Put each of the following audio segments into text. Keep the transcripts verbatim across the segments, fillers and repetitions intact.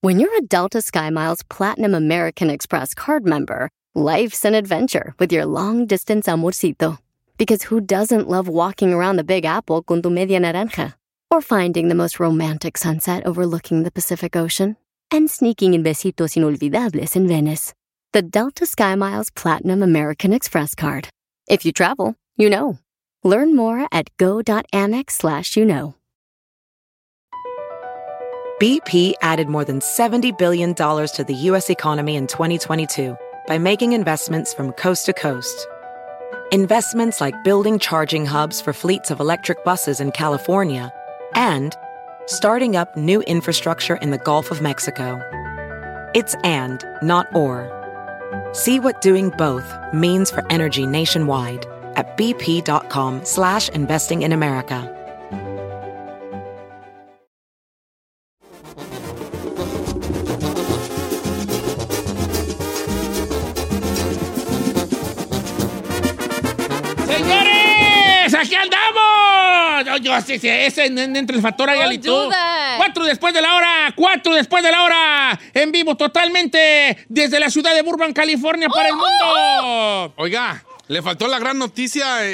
When you're a Delta SkyMiles Platinum American Express card member, life's an adventure with your long-distance amorcito. Because who doesn't love walking around the Big Apple con tu media naranja? Or finding the most romantic sunset overlooking the Pacific Ocean? And sneaking in besitos inolvidables in Venice. The Delta SkyMiles Platinum American Express card. If you travel, you know. Learn more at go.amex slash you know. B P added more than seventy billion dollars to the U S economy in twenty twenty-two by making investments from coast to coast. Investments like building charging hubs for fleets of electric buses in California and starting up new infrastructure in the Gulf of Mexico. It's and, not or. See what doing both means for energy nationwide at bp.com slash investing in America. ¡Aquí andamos! Yo, sí, sí, ese entre el factor ahí, Alito. Cuatro después de la hora, cuatro después de la hora, en vivo totalmente desde la ciudad de Burbank, California, para el mundo. Oiga, le faltó la gran noticia, eh,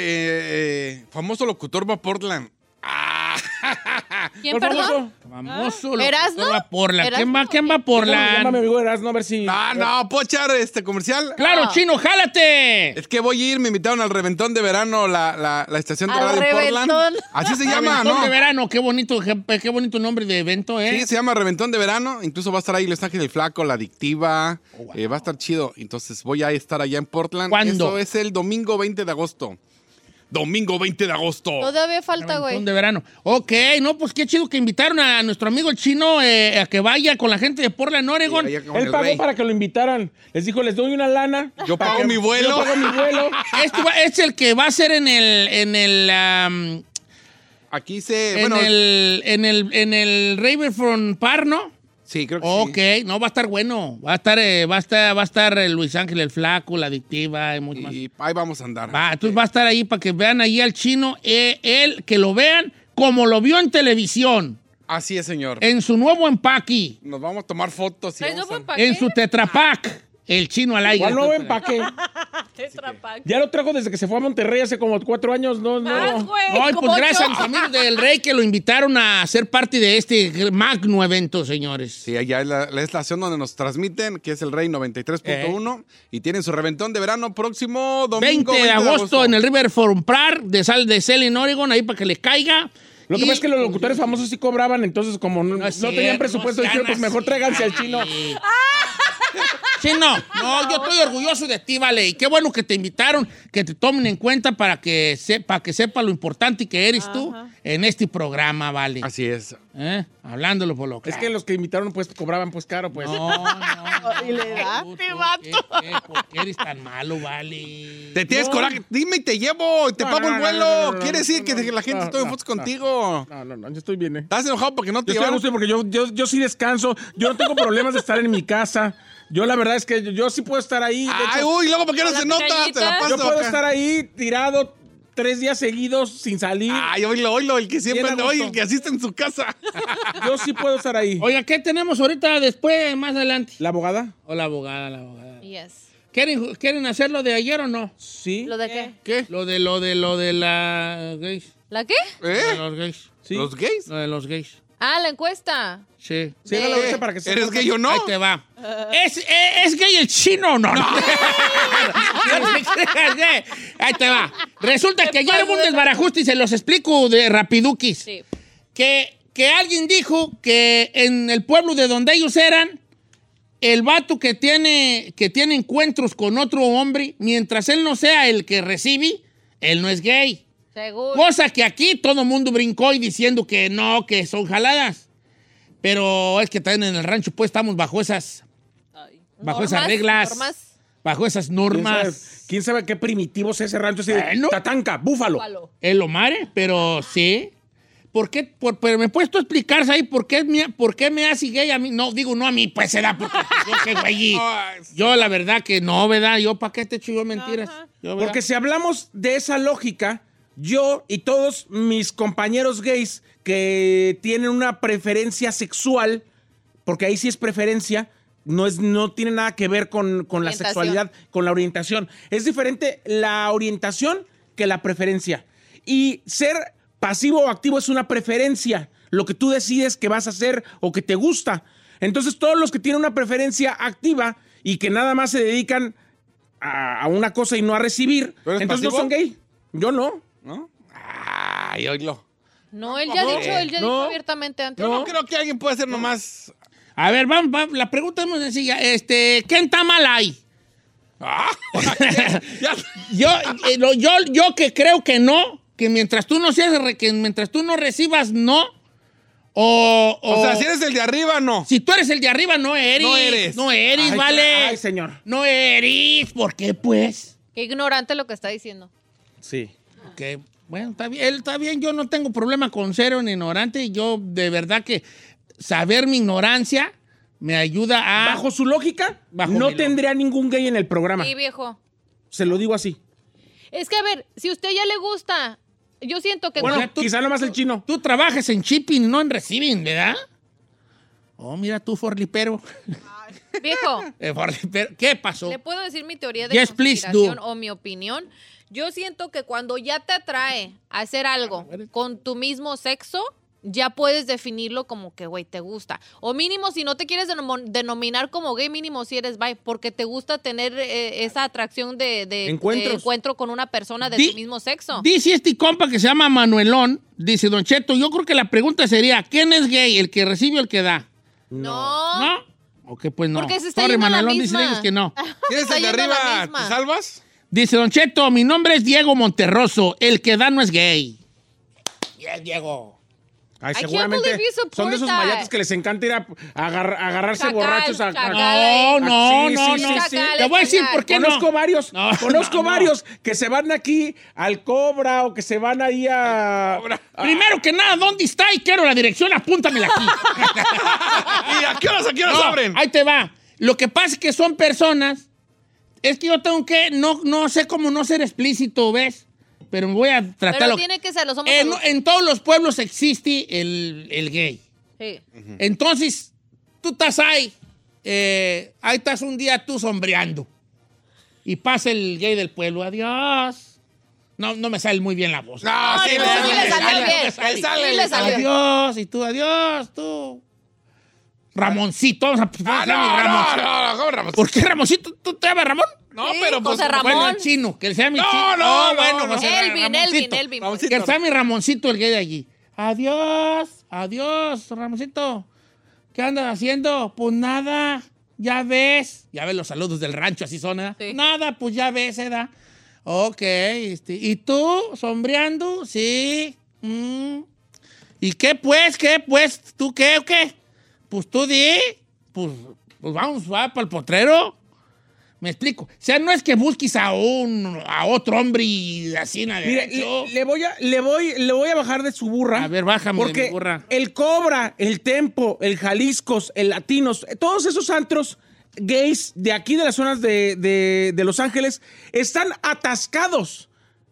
eh, famoso locutor va a Portland. Ah. ¿Quién, perdón? Famoso ¿Ah? locutor va a Portland. ¿Quién va, quién va a Portland? Llámame, amigo Erasno, a ver si... Ah, no, ¿puedo echar este comercial? ¡Claro, No. Chino, jálate! Es que voy a ir, me invitaron al Reventón de Verano, la, la, la estación de Al radio en Portland. Reventón. Así se llama, Reventón ¿no? de verano, qué bonito, qué, qué bonito nombre de evento, ¿eh? Sí, se llama Reventón de Verano. Incluso va a estar ahí Luis Ángel el Flaco, La Adictiva. Oh, wow. eh, va a estar chido. Entonces voy a estar allá en Portland. ¿Cuándo? Eso es el domingo veinte de agosto. Domingo veinte de agosto. Todavía falta, güey. Reventón de verano. Ok, no, pues qué chido que invitaron a nuestro amigo el Chino eh, a que vaya con la gente de Portland, Oregon. Sí, allá con Él el pagó rey. para que lo invitaran. Les dijo, les doy una lana. Yo para pago que- mi vuelo. Yo pago mi vuelo. Este va- es el que va a ser en el, en el, um, Aquí se... en bueno, el, en el, en el Riverfront Park, ¿no? sí, creo que Ok, sí. no, va a estar bueno. Va a estar, eh, va a estar, va a estar eh, Luis Ángel el Flaco, La Adictiva y mucho más. Y ahí vamos a andar. Va, entonces va a estar ahí para que vean ahí al Chino, eh, él, que lo vean como lo vio en televisión, Así es, señor. en su nuevo empaque, Nos vamos a tomar fotos. Y ¿Traes vamos nuevo a- empaque? en su tetrapack, el Chino al aire. ¿Cuál nuevo empaque? Tetra Pak. Ya lo trajo desde que se fue a Monterrey hace como cuatro años. No, no. Más, güey. Ay, como pues gracias a yo. mis amigos del Rey que lo invitaron a ser parte de este magno evento, señores. Sí, allá es la, la estación donde nos transmiten, que es el Rey noventa y tres punto uno. Y tienen su Reventón de Verano próximo domingo. veinte de agosto en el Riverfront Park de Sal de Selin, Oregon, ahí para que le caiga. Lo que Y- pasa es que los locutores famosos sí cobraban, entonces como no, No es no tenían cierto, presupuesto, no dijeron, sean pues mejor así. tráiganse al Chino. Sí, no, no, yo estoy orgulloso de ti, vale. Y qué bueno que te invitaron, que te tomen en cuenta para que sepa, que sepa lo importante que eres tú en este programa, vale. Así es. ¿Eh? Hablándolo por lo que Es que los que invitaron pues cobraban pues caro, pues. No, no, no. Y le da, Tú, te tú, mato. ¿qué, qué? ¿Por qué eres tan malo, vale? Te tienes No. coraje. Dime y te llevo. y Te No, pago no, el no, vuelo. no, no, no, ¿Quieres no, decir que no, la gente no, tome no, fotos no. contigo? No, no, no, yo estoy bien, ¿eh? ¿Estás enojado porque no Yo te estoy a llevan? gusto porque yo, yo, yo sí descanso. Yo no tengo problemas de estar en mi casa. Yo la verdad es que yo, yo sí puedo estar ahí. De Ay, hecho, uy, luego ¿por qué no La se nota? picadita. Te la paso yo puedo acá. estar ahí tirado tres días seguidos sin salir. Ay, oílo, oílo, el que siempre Bien a anda, oye, gusto. el que asiste en su casa. Yo sí puedo estar ahí. Oiga, ¿qué tenemos ahorita después, más adelante? ¿La abogada? O la abogada, la abogada. Yes. ¿Quieren, ¿Quieren hacerlo de ayer o no? Sí. ¿Lo de qué? ¿Qué? Lo de lo de lo de la gays. ¿La qué? Lo de ¿Eh? los gays. Sí. ¿Los gays? Lo de los gays. Ah, la encuesta. Sí. Sí, hágalo ahorita para que se ¿Eres gay o no? Ahí te va. ¿Es, es, ¿Es gay el Chino o no? No. No te creas, eh. Ahí te va. Resulta que ayer hubo un desbarajuste y se los explico de rapiduquis. Sí. Que, que alguien dijo que en el pueblo de donde ellos eran, el vato que tiene, que tiene encuentros con otro hombre, mientras él no sea el que recibe, él no es gay. Seguro. Cosa que aquí todo el mundo brincó y diciendo que no, que son jaladas. Pero es que también en el rancho pues estamos bajo esas, bajo esas Normas, reglas, normas. bajo esas ¿Quién sabe, normas. quién sabe qué primitivo es ese rancho así de Bueno. Tatanca, búfalo. Palo. Es lo mare, pero sí. ¿Por qué? Por, pero me puedes tú explicar ahí por qué, me- por qué me hace gay a mí. No, digo no a mí, pues será porque yo qué güey. Yo la verdad que no, ¿verdad? Yo para qué te echo yo mentiras. Yo, ¿verdad? Porque si hablamos de esa lógica, yo y todos mis compañeros gays que tienen una preferencia sexual porque ahí sí es preferencia, no, es, no tiene nada que ver con, con la sexualidad, con la orientación. Es diferente la orientación que la preferencia. Y ser pasivo o activo es una preferencia, lo que tú decides que vas a hacer o que te gusta. Entonces, todos los que tienen una preferencia activa y que nada más se dedican a, a una cosa y no a recibir, entonces pasivo? No son gay. Yo no. ¿No? Ay, oílo. No, él ya ha dicho, él ya no, dicho abiertamente antes. Yo no creo que alguien pueda hacer nomás... A ver, vamos, vamos, la pregunta es muy sencilla. Este, ¿qué tan mal hay? Ah, ya. yo, eh, lo, yo, yo que creo que no, que mientras tú no seas, que mientras tú no recibas no, o, o... O sea, si eres el de arriba, no. Si tú eres el de arriba, no eres. No eres. No eres, Ay, vale. Ay, señor. No eres. ¿Por qué, pues? Qué ignorante lo que está diciendo. Sí. Que, bueno, está bien, él está bien, yo no tengo problema con ser un ignorante, yo de verdad que saber mi ignorancia me ayuda a... Bajo su lógica, Bajo no mi tendría ningún gay en el programa. Sí, viejo. Se lo digo así. Es que, a ver, si a usted ya le gusta, yo siento que... Bueno, O sea, tú- quizá nomás el chino. Tú trabajas en shipping, no en receiving, ¿verdad? Oh, mira tú, forlipero. Viejo, Eh, forlipero. ¿Qué pasó? ¿le puedo decir mi teoría de Yes, please conspiración do. o mi opinión? Yo siento que cuando ya te atrae a hacer algo con tu mismo sexo, ya puedes definirlo como que, güey, te gusta. O mínimo, si no te quieres denom- denominar como gay, mínimo si eres bi, porque te gusta tener eh, esa atracción de, de- Encuentros. de encuentro con una persona de Di- tu mismo sexo. Dice este compa que se llama Manuelón, dice, Don Cheto, yo creo que la pregunta sería, ¿quién es gay, el que recibe o el que da? No. ¿No? Ok, pues no. Porque se está Sorry, yendo a la Manuelón, dice misma. ellos que no. Si eres Está el de yendo a la arriba, misma. ¿te salvas? Dice, Don Cheto, mi nombre es Diego Monterroso, el que da no es gay. Bien, Diego. Ay, I can't seguramente believe you support son de esos that. mayates que les encanta ir a, a agar- a agarrarse Chacal, borrachos. A, a- chacal. No, no, Sí, no, sí, no. sí, sí. Te voy a decir por qué Conozco no. varios, No, conozco no, no. varios que se van aquí al Cobra o que se van ahí a... a- Primero que nada, ¿dónde está? Y quiero la dirección, apúntamela aquí. ¿Y a qué horas, a qué horas No, abren? ahí te va. Lo que pasa es que son personas. Es que yo tengo que. No, no sé cómo no ser explícito, ¿ves? Pero me voy a Pero tratarlo. tiene que ser, los somos En, adultos. en todos los pueblos existe el, el gay. Sí. Entonces, tú estás ahí. eh, ahí estás un día tú sombreando. Y pasa el gay del pueblo. Adiós. No, no me sale muy bien la voz. No, No, sí, no, me sí sale, le me salió sale, bien. me sale. Sí le salió. Adiós. Y tú, adiós, tú. Ramoncito. Vamos a Ah, vamos a mi no, Ramón. no, no, ¿cómo, Ramos? ¿Por qué Ramoncito? ¿Tú te llamas Ramón? No, Sí, pero pues... José Ramón. Bueno, el chino, que sea mi No, chino. no, Oh, no, bueno, no. José Ra- Elvin, Elvin, Ramoncito. Elvin. Ramoncito. Que sea mi Ramoncito el gay de allí. Adiós, adiós, Ramoncito. ¿Qué andas haciendo? Pues nada, ya ves. Ya ves los saludos del rancho, así son, ¿eh? Sí. Nada, pues ya ves, ¿eh? Ok, este, ¿y tú, sombreando? Sí. Mm. ¿Y qué pues, qué pues? ¿Tú qué o qué? Pues tú di, pues, pues vamos, va para el potrero. Me explico. O sea, no es que busques a un a otro hombre y así nada. Mire, le, le voy a, le, voy, le voy a bajar de su burra. A ver, bájame de Porque mi burra. el Cobra, el Tempo, el Jaliscos, el Latinos, todos esos antros gays de aquí, de las zonas de, de, de Los Ángeles, están atascados,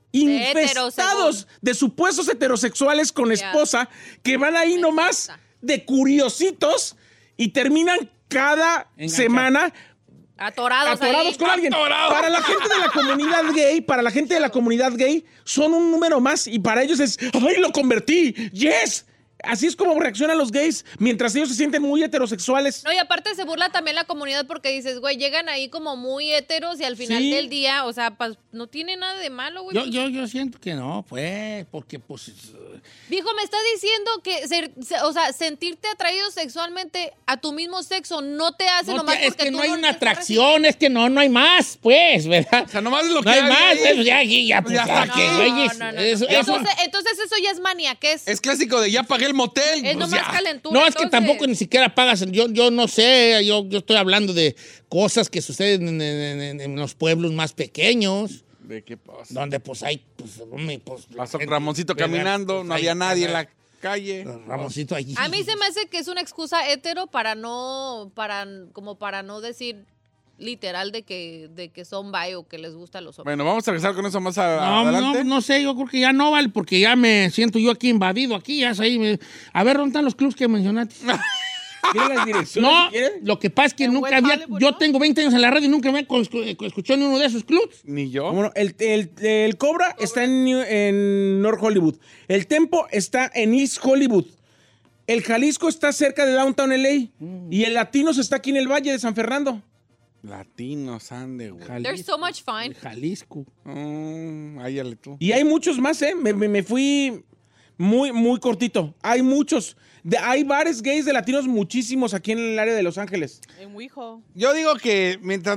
infestados según. de supuestos heterosexuales con esposa que van ahí Me nomás encanta. de curiositos y terminan cada Enganchados. semana Atorados, atorados ahí. con alguien. Atorados. Para la gente de la comunidad gay, para la gente de la comunidad gay, son un número más y para ellos es, ¡ay, lo convertí! ¡Yes! Así es como reaccionan los gays, mientras ellos se sienten muy heterosexuales. No, y aparte se burla también la comunidad porque dices, güey, llegan ahí como muy heteros y al final Sí. del día, o sea, pues, no tiene nada de malo, güey. Yo, yo, yo siento que no, pues, porque pues... Viejo, me está diciendo que, ser- se- o sea, sentirte atraído sexualmente a tu mismo sexo no te hace No, nomás te- es porque que tú no hay te una estás atracción, es que no, no hay más, pues, ¿verdad? O sea, nomás es lo No que hay hay más, ahí. eso ya, ya, ya, pues, Ya ya, está que, aquí. güeyes, No, no, no. eso- eso- Entonces, entonces eso ya es maniaquez. Es clásico de ya pagué el motel. Es pues nomás ya. calentura. No, es que entonces. tampoco ni siquiera pagas. Yo, yo no sé, yo, yo estoy hablando de cosas que suceden en, en- en- en los pueblos más pequeños, ¿De qué pasa? donde pues hay, pues, hombre, pues, Pasó gente, Ramoncito ¿verdad? caminando, Pues, no hay- había nadie en la calle. Ramoncito allí. A mí se me hace que es una excusa hetero para no, para, como para no decir literal de que, de que son bi o que les gustan los hombres. Bueno, vamos a regresar con eso más a- No, adelante. no, no sé, yo creo que ya no vale, porque ya me siento yo aquí invadido, aquí, ya sé. me- A ver, ¿dónde están los clubs que mencionaste? ¿Quieren las direcciones? No, si quieren? lo que pasa es que En nunca West había... Hollywood, Yo ¿no? tengo veinte años en la radio y nunca me he escuchado en uno de esos clubs. Ni yo. Bueno, el, el, el Cobra está en, New- en North Hollywood. El Tempo está en East Hollywood. El Jalisco está cerca de Downtown L A. Mm. Y el Latinos está aquí en el Valle de San Fernando. Latinos, ande, güey. There's so much fun. Jalisco. Mm, áyale tú. Y hay muchos más, ¿eh? Me, me- me fui muy, muy cortito. Hay muchos. De- hay bares gays de latinos muchísimos aquí en el área de Los Ángeles. En Wijo. Yo digo que mientras...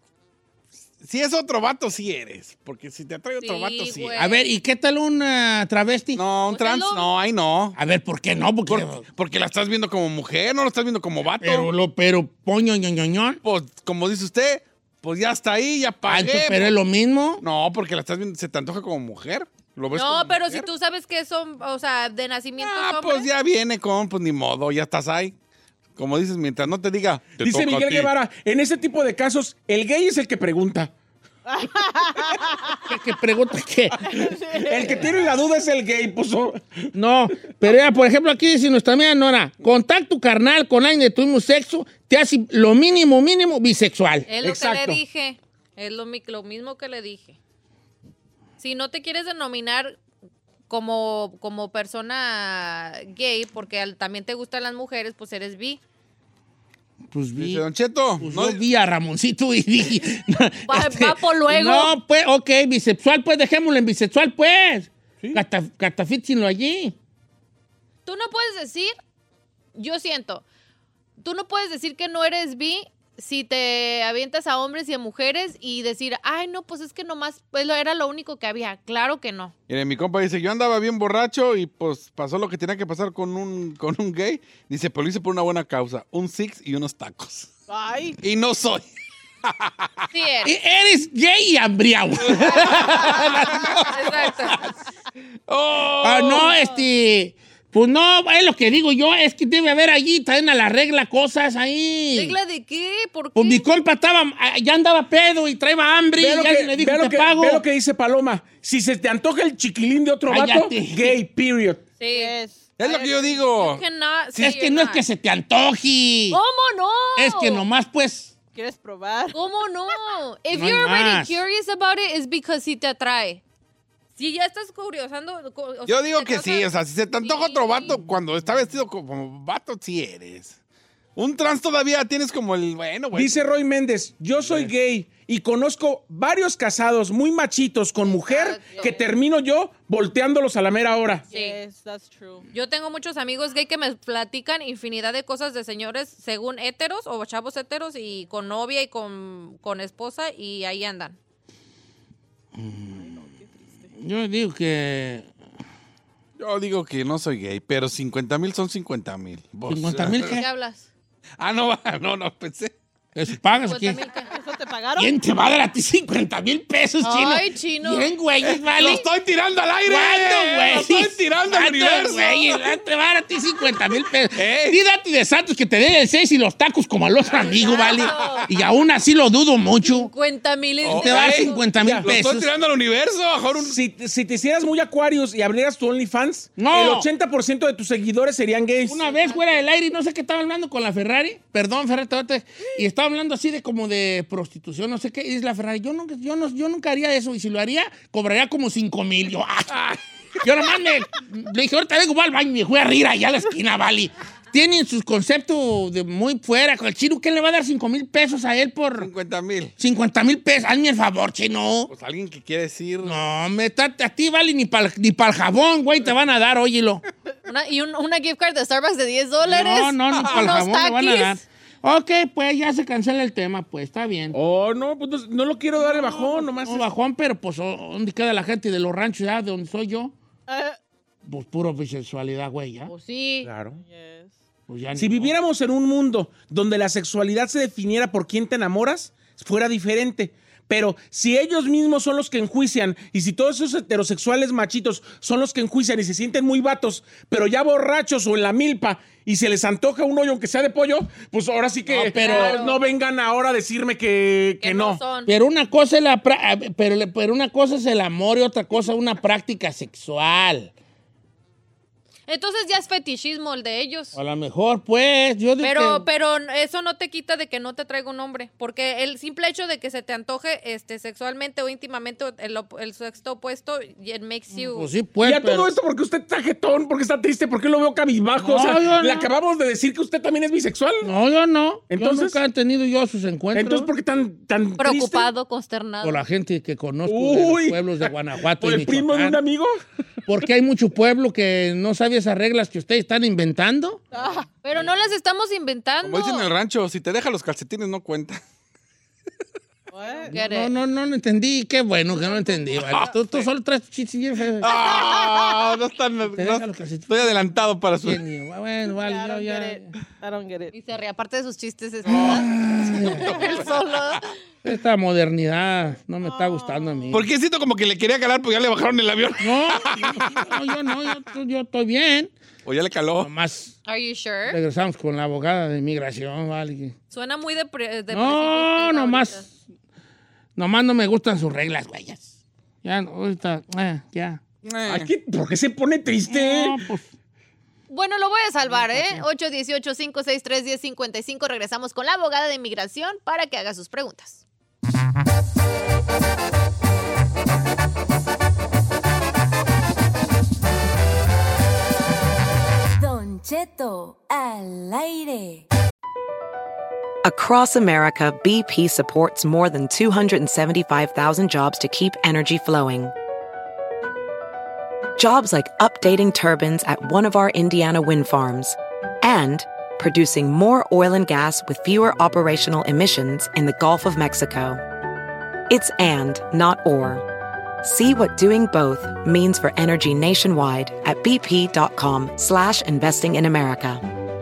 Si es otro vato, sí eres. Porque si te atrae otro Sí, vato, sí güey. eres. A ver, ¿y qué tal un ah, travesti? No, un Pues es trans, lo- no, ahí no. A ver, ¿por qué no? Porque... Por- porque la estás viendo como mujer, no la estás viendo como vato. Pero, lo, pero, poño, ñoñoñón. Pues, como dice usted, pues ya está ahí, ya Ah, pagué. entonces, pero es lo mismo. No, porque la estás viendo, se te antoja como mujer. ¿Lo ves No, como pero mujer? si tú sabes que son, o sea, de nacimiento Ah, son pues ya viene con, pues ni modo, ya estás ahí. Como dices, mientras no te diga. Te Dice toca a Miguel ti. Guevara, en ese tipo de casos, el gay es el que pregunta. ¿Qué, qué pregunta qué? El que tiene la duda es el gay, pues. oh. No, pero ya, por ejemplo, aquí dice nuestra amiga Nora, contacto carnal con alguien de tu mismo sexo te hace lo mínimo, mínimo bisexual. Es lo Exacto. que le dije. Es lo, mi- lo mismo que le dije. Si no te quieres denominar como, como persona gay, porque al- también te gustan las mujeres, pues eres bi. Pues vi, Dice Don Cheto. pues no, yo vi a Ramoncito y dije... Va- va por luego. No, pues, ok, bisexual, pues, dejémoslo en bisexual, pues. Cata- Catafíchenlo allí. Tú no puedes decir, yo siento, tú no puedes decir que no eres bi si te avientas a hombres y a mujeres y decir, ay, no, pues es que nomás pues, lo- era lo único que había. Claro que no. Mire, mi compa dice, yo andaba bien borracho y pues pasó lo que tenía que pasar con un, con un gay. Dice, pero lo hice por una buena causa. Un six y unos tacos. Ay. Y no soy. Sí eres. E- Eres gay y hambriado. Exacto. ¡Oh! Ah, no, este... Pues no, es lo que digo yo, es que debe haber allí también a la regla cosas ahí. ¿Regla de qué? ¿Por qué? Pues mi compa estaba, ah, ya andaba pedo y traía hambre Ve y lo, ya que, le dijo, ve lo te que- pago. ve lo que dice Paloma. Si se te antoja el chiquilín de otro vato, Cállate. gay, period. Sí. Es. Es lo que yo digo. You cannot- Si es sí, que you're no es not. que se te antoje. ¿Cómo no? Es que nomás, pues... ¿Quieres probar? ¿Cómo no? If No hay you're already más. curious about it, it's because sí te atrae. Si ya estás curiosando... co- o sea, Yo si digo te que sí, causa- o sea, si se te antoja Sí. otro vato cuando está vestido como vato, sí eres. Un trans todavía tienes como el, bueno, güey. Dice Roy Méndez, yo soy gay y conozco varios casados muy machitos con mujer Exacto. que termino yo volteándolos a la mera hora. Sí. Yes, that's true. Yo tengo muchos amigos gay que me platican infinidad de cosas de señores según héteros o chavos héteros y con novia y con, con esposa y ahí andan. Yo digo que... Yo digo que no soy gay, pero cincuenta mil son cincuenta mil. ¿cincuenta mil ¿De qué? qué hablas? Ah, no, no, no, pensé. ¿Eso pagas o qué? ¿cincuenta mil qué? ¿Eso te pagaron? ¿Quién te va a dar a ti cincuenta mil pesos, chino? Ay, chino. ¿Quién, güey? ¿Vale? ¡Lo estoy tirando al aire! ¿Cuánto, güey? ¡Lo estoy tirando al ¿Cuánto, universo! güey? Te va a dar a ti cincuenta mil pesos. Ey. Di date de Santos que te den el seis y los tacos como al otro amigo, ¿vale? Y aún así lo dudo mucho. cincuenta mil es Oh, Te va a dar ey, cincuenta mil ya, ¡Lo estoy pesos. tirando al universo! Mejor un... Si, si te hicieras muy Aquarius y abrieras tu OnlyFans, No. el ochenta por ciento de tus seguidores serían gays. Una vez fuera del aire y no sé qué estaba hablando con la Ferrari. Perdón, Ferrari, te- te- y estaba hablando así de como de prostitución, no sé qué. Y dice la Ferrari, yo nunca, yo no, yo nunca haría eso. Y si lo haría, cobraría como cinco mil. Yo, ay. Yo nomás me, le dije, ahorita vengo, voy al baño y me fui a rir allá a la esquina, vale. Tienen sus conceptos de muy fuera. Con el chino, ¿quién le va a dar cinco mil pesos a él por cincuenta mil. cincuenta mil pesos? Hazme el favor, chino. Pues alguien que quiere decir... No, me, ta- a ti, vale, ni para ni el jabón, güey, te van a dar, óyelo. Una, y un- una gift card de Starbucks de diez dólares. No, no, ni para el Unos jabón le van a dar. taquis. Ok, pues ya se cancela el tema, pues está bien. Oh, no, pues no, no lo quiero dar el bajón, nomás. No, es- bajón, pero pues ¿dónde queda la gente de los ranchos ya, de donde soy yo? Eh, Pues puro bisexualidad, güey, ya. Pues sí. Claro. yes. Pues ya Si ni- viviéramos en un mundo donde la sexualidad se definiera por quién te enamoras, fuera diferente. Pero si ellos mismos son los que enjuician y si todos esos heterosexuales machitos son los que enjuician y se sienten muy vatos, pero ya borrachos o en la milpa y se les antoja un hoyo aunque sea de pollo, pues ahora sí que No, pero- no, no vengan ahora a decirme que, que Que no. no son. Pero una cosa es la pra- pero, pero una cosa es el amor y otra cosa una práctica sexual. Entonces ya es fetichismo el de ellos. A lo mejor, pues, yo digo Pero, que- pero eso no te quita de que no te traiga un hombre. Porque el simple hecho de que se te antoje este, sexualmente o íntimamente el, op- el sexo opuesto, it makes you... Pues sí, pues, y a pero- todo esto, porque usted está jetón, porque está triste, porque lo veo cabizbajo. No, o sea, yo le no. acabamos de decir que usted también es bisexual. No, yo no. Entonces- Yo nunca he tenido yo sus encuentros. Entonces, ¿por qué tan, tan Preocupado, consternado. Por la gente que conozco Uy. de los pueblos de Guanajuato ¿Por y el primo de Michoacán. un amigo? Porque hay mucho pueblo que no sabe esas reglas que ustedes están inventando. Pero no las estamos inventando. Como dicen en el rancho, si te deja los calcetines no cuenta. Get No, it. no, no, no entendí. Qué bueno que no entendí. Vale. Tú, tú solo traes chistes bien feos. Ah, no están. no- Te deja los calcetines. estoy adelantado para su. Bien, y- Bueno, vale, I yo don't ya. get it. I don't get it. Y se ríe, aparte de sus chistes. Es Él solo. Esta modernidad no me está gustando a mí. ¿Por qué siento como que le quería calar porque ya le bajaron el avión? No, no, yo no, yo, yo estoy bien. O ya le caló. Nomás Are you sure? regresamos con la abogada de inmigración, vale. Suena muy depre- depresivo. No, usted nomás. ahorita. Nomás no me gustan sus reglas, güeyas. Ya, no, ahorita, eh, ya. Ay, ¿qué- ¿Por qué se pone triste? No, pues. Bueno, lo voy a salvar, ¿eh? ocho uno ocho, cinco seis tres, uno cero cinco cinco. Regresamos con la abogada de inmigración para que haga sus preguntas. Don Cheto al aire. Across America, B P supports more than two hundred seventy-five thousand jobs to keep energy flowing. Jobs like updating turbines at one of our Indiana wind farms and producing more oil and gas with fewer operational emissions in the Gulf of Mexico. It's and, not or. See what doing both means for energy nationwide at bp.com slash investing in America.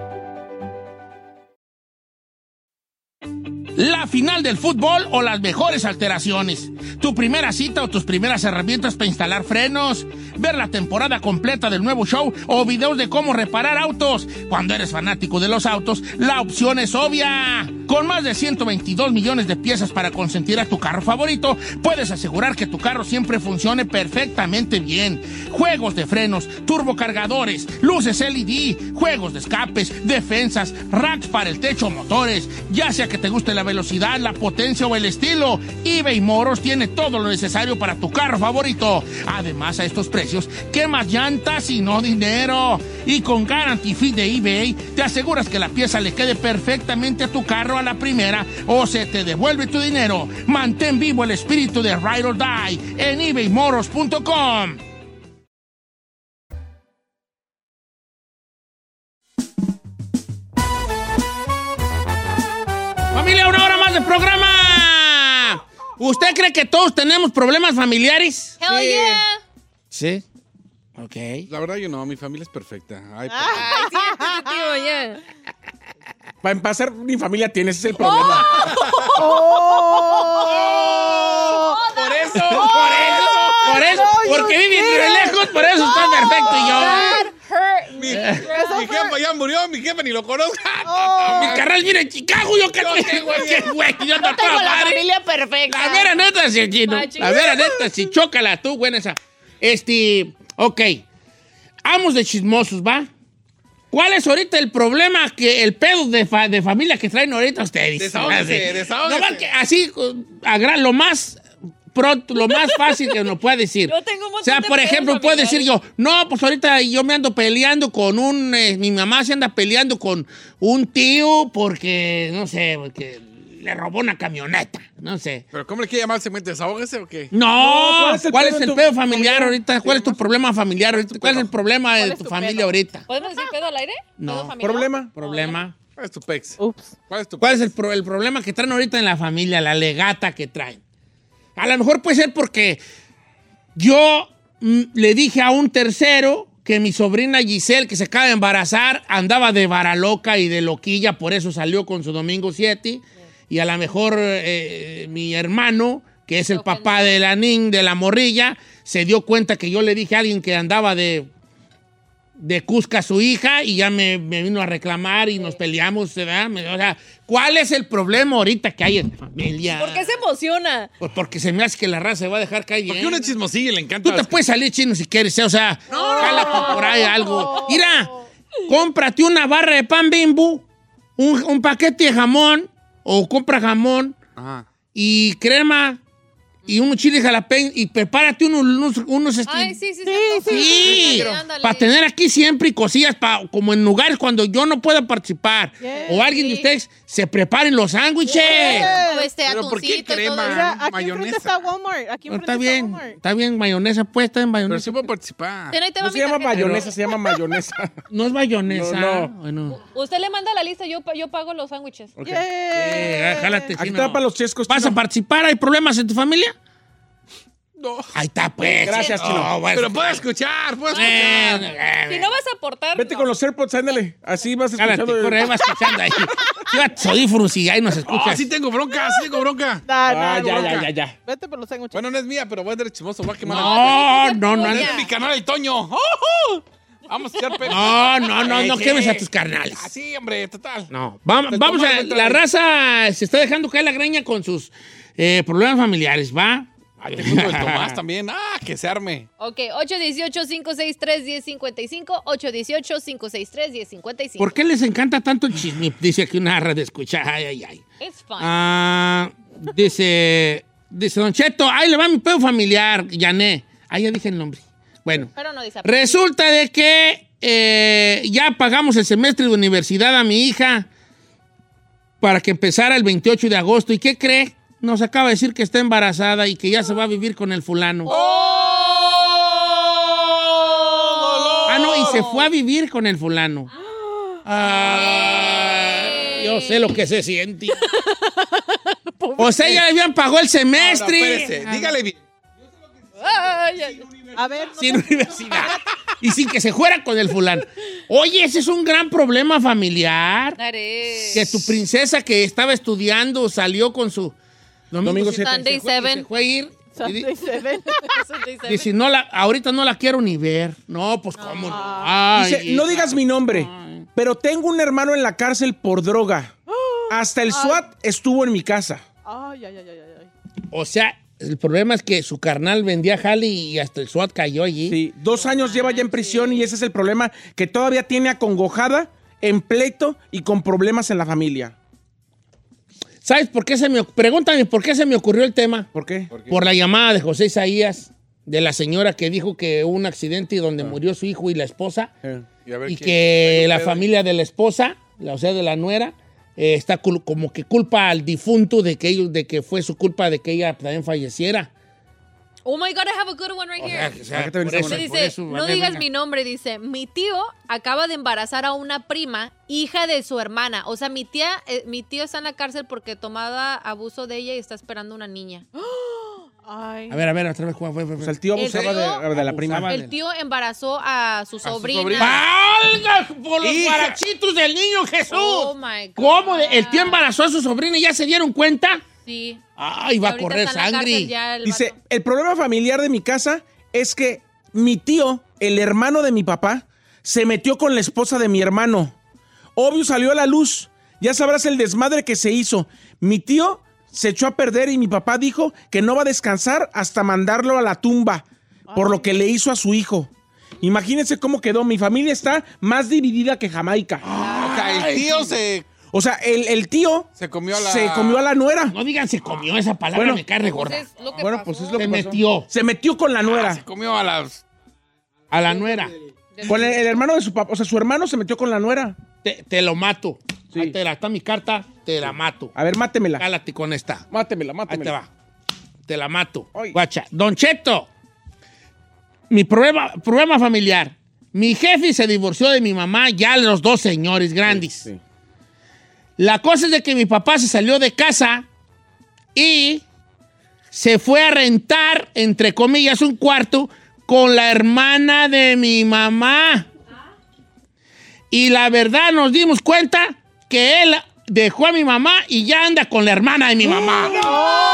La final del fútbol o las mejores alteraciones. Tu primera cita o tus primeras herramientas para instalar frenos. Ver la temporada completa del nuevo show o videos de cómo reparar autos. Cuando eres fanático de los autos, la opción es obvia. Con más de ciento veintidós millones de piezas para consentir a tu carro favorito, puedes asegurar que tu carro siempre funcione perfectamente bien. Juegos de frenos, turbocargadores, luces L E D, juegos de escapes, defensas, racks para el techo o motores. Ya sea que te guste la velocidad, la potencia o el estilo, eBay Motors tiene todo lo necesario para tu carro favorito. Además, a estos precios, ¿qué más llantas y no dinero? Y con Guarantee Fee de eBay, te aseguras que la pieza le quede perfectamente a tu carro a la primera o se te devuelve tu dinero. Mantén vivo el espíritu de Ride or Die en ebay motors punto com. Familia, una hora más de programa. ¿Usted cree que todos tenemos problemas familiares? Hell Sí. yeah. Sí. Ok. La verdad, yo no, mi familia es perfecta. Ay, Ay, sí, este tío, ya. Para empezar, mi familia tiene, ese es el problema. Por eso, por eso, por eso, porque viven re lejos, por eso está perfecto y yo. mi, mi jefa ya murió, mi jefa ni lo conozco. Mi carnal vive en Chicago, yo qué güey, qué güey, yo no Tengo toda la madre. familia perfecta. La vera neta, sí, chino. Machín. La vera neta, sí, chócala tú, buena esa. Este, ok. Vamos de chismosos, ¿va? ¿Cuál es ahorita el problema, que el pedo de, fa- de familia que traen ahorita ustedes? Desahógese, Así. desahógese. Nomás que así, a gran- lo más pronto, lo más fácil que nos puede decir. Yo tengo un montón O sea, de por pedos ejemplo, puede decir familiares. yo, no, pues ahorita yo me ando peleando con un, eh, mi mamá se anda peleando con un tío porque, no sé, porque le robó una camioneta, no sé. ¿Pero cómo le quiere llamar el segmento? ¿Desahógese o qué? No, No, ¿cuál es el, pedo, en tu familiar familia? ahorita? ¿Cuál es tu problema familiar ahorita? ¿Cuál es el problema de es tu tu familia pedo? ahorita? ¿Podemos decir pedo al aire? No. ¿Pedo familiar? ¿Problema? Problema. ¿Cuál es tu pex? Oops. ¿Cuál es tu ¿Cuál es el, pro- el problema que traen ahorita en la familia? La legata que traen. A lo mejor puede ser porque yo mm, le dije a un tercero que mi sobrina Giselle, que se acaba de embarazar, andaba de varaloca y de loquilla, por eso salió con su Domingo siete. Y a lo mejor eh, mi hermano, que es el Se papá ofendió. de la nin, de la morrilla, se dio cuenta que yo le dije a alguien que andaba de de Cusca a su hija y ya me, me vino a reclamar y nos peleamos, ¿verdad? Me- O sea, ¿cuál es el problema ahorita que hay en la familia? ¿Por qué se emociona? Pues porque se me hace que la raza se va a dejar caer bien. Porque una chismosilla le encanta. Tú te puedes salir chino si quieres, ¿eh? O sea, cálate por ahí algo. Mira, cómprate una barra de pan Bimbo, un, un paquete de jamón, o compra jamón Ajá. y crema y unos chiles jalapeños y prepárate unos, unos, unos este- Ay, sí, sí, Sí, Sí, ándale. para tener aquí siempre y cosillas, pa- como en lugares cuando yo no pueda participar. Yes. O alguien de Sí. ustedes se preparen los sándwiches. O este Pero ¿por qué atuncito y todo crema? eso. Mira, aquí Mayonesa. enfrente está Walmart. Aquí No, enfrente está bien, Walmart. está bien, mayonesa, pues, está en Pero mayonesa. sí puede participar. Ten, ahí te va No mi se llama tarjeta. mayonesa, se llama mayonesa. No es mayonesa. No, no. Bueno. Usted le manda la lista, yo, pa- yo pago los sándwiches. Ok. Yeah. Eh, jálate, Aquí chino. está para los chescos. ¿Vas a chino. participar? ¿Hay problemas en tu familia? No. Ahí está, pues. Gracias, No, chino. bueno. Pero puede escuchar, puede Eh, escuchar. eh, Si no vas a aportar, Vete no. con los AirPods, ándale. Así vas Cálate, escuchando. corre, ahí va escuchando ahí. Llévate tus audífonos y ahí nos Oh, escuchas. sí tengo bronca, sí tengo bronca. Da, da, Ah, ya, da. ya, ya, ya. Vete por los sándwiches. Bueno, no es mía, pero voy a andar chismoso. Voy a quemar No, no, no. el... No, Es de mi canal El Toño. ¡Oh, oh! Vamos a echar pe... no, no, no, no Eh, quemes eh. a tus carnales. Así, hombre, total. No, vamos, Te vamos tomas a... otra La vez. raza se está dejando caer la greña con sus eh, problemas familiares, ¿va? Ay, tengo uno del Tomás también. Ah, que se arme. Ok, ocho uno ocho, cinco seis tres, uno cero cinco cinco, ocho uno ocho, cinco seis tres, uno cero cinco cinco. ¿Por qué les encanta tanto el chisme? Dice aquí una red de escucha. Ay, ay, ay. It's fun. Ah, dice, dice Don Cheto, ahí le va mi pedo familiar, Yané. Ahí ya dije el nombre. Bueno, Pero no dice. resulta de que eh, ya pagamos el semestre de universidad a mi hija para que empezara el veintiocho de agosto. ¿Y qué cree? Nos acaba de decir que está embarazada y que ya se va a vivir con el fulano. Ah, no, y se fue a vivir con el fulano. Ah, yo sé lo que se siente. O sea, ya le habían pagado el No, semestre. espérese, dígale bien. Ay, ay, ay. A ver, no Sin universidad. Y sin que se fuera con el fulano. Oye, ese es un gran problema familiar. That is. Que tu princesa que estaba estudiando salió con su Domingo siete, Sunday se fue- y seven. se fue a ir. Y di- Sunday seven. dice, no la, ahorita no la quiero ni ver. No, pues cómo no. Ay, Dice, no digas mi nombre, pero tengo un hermano en la cárcel por droga. Hasta el SWAT estuvo en mi casa. Ay, ay, ay, ay, ay. O sea, el problema es que su carnal vendía jali y hasta el SWAT cayó allí. Sí, dos años lleva ya en prisión y ese es el problema que todavía tiene acongojada, en pleito y con problemas en la familia. ¿Sabes por qué se me... Pregúntame por qué se me ocurrió el tema. ¿Por qué? Por la llamada de José Isaías, de la señora que dijo que hubo un accidente donde murió su hijo y la esposa, Y, a ver y quién- que traigo la pedo. familia de la esposa, la- o sea, de la nuera, eh, está cul- como que culpa al difunto de que, ellos, de que fue su culpa de que ella también falleciera. Oh my God, I have a good one right O sea, here. o sea, ¿Qué te por venís a eso- poner? Dice, por eso, no vale, digas venga. mi nombre, dice, mi tío acaba de embarazar a una prima, hija de su hermana. O sea, mi tía, eh, mi tío está en la cárcel porque tomaba abuso de ella y está esperando una niña. Ay. A ver, a ver, otra vez, ¿cuál fue? fue, O fue? sea, el tío El abusaba tío de, de la prima. abusaba. El tío embarazó a su su sobrina. sobrina. ¡Valga por los Hija. guarachitos del niño Jesús! Oh my God. ¿Cómo? de- ¿El tío embarazó a su sobrina y ya se dieron cuenta? Sí. ¡Ay, va Y a ahorita correr está en la sangre! cárcel ya el Dice, vato. el problema familiar de mi casa es que mi tío, el hermano de mi papá, se metió con la esposa de mi hermano. Obvio salió a la luz. Ya sabrás el desmadre que se hizo. Mi tío se echó a perder y mi papá dijo que no va a descansar hasta mandarlo a la tumba por lo que le hizo a su hijo. Imagínense cómo quedó. Mi familia está más dividida que Jamaica. O sea, el tío se, O sea, el, el tío se comió a la... se comió a la nuera. No digan se comió, esa palabra Bueno, me cae regorda. Pues es lo que Bueno, pasó. pues es lo Se que pasó. metió Se metió con la Se nuera. comió a las... a la nuera. Con el, el hermano de su papá. O sea, su hermano se metió con la nuera. Te, te lo mato. Sí. Ahí te la, está mi carta, te la mato. A ver, mátemela. Cálate con esta. Mátemela, Ahí mátemela. te va. Te la mato. Ay. Guacha. Don Cheto, mi problema, problema familiar. Mi jefe se divorció de mi mamá, ya los dos señores grandes. Sí. La cosa es de que mi papá se salió de casa y se fue a rentar, entre comillas, un cuarto con la hermana de mi mamá. Y la verdad nos dimos cuenta que él dejó a mi mamá y ya anda con la hermana de mi mamá. Te la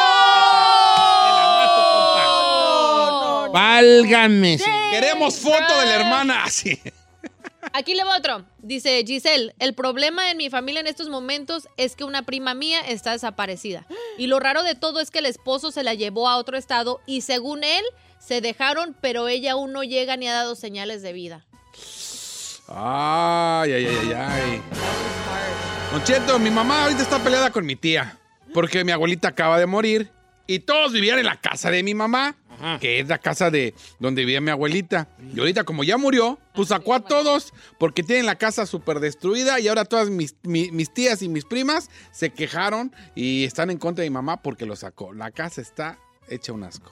mato, compa. Válgame. sí. Queremos foto de la hermana. Así. Aquí le va otro. Dice Giselle, el problema en mi familia en estos momentos es que una prima mía está desaparecida. Y lo raro de todo es que el esposo se la llevó a otro estado y según él se dejaron, pero ella aún no llega ni ha dado señales de vida. Ay, ay, ay, ay, ay. Don Cheto, mi mamá ahorita está peleada con mi tía porque mi abuelita acaba de morir y todos vivían en la casa de mi mamá. Ajá. Que es la casa de donde vivía mi abuelita. Y ahorita, como ya murió, pues sacó a todos porque tienen la casa súper destruida y ahora todas mis, mi, mis tías y mis primas se quejaron y están en contra de mi mamá porque lo sacó. La casa está hecha un asco.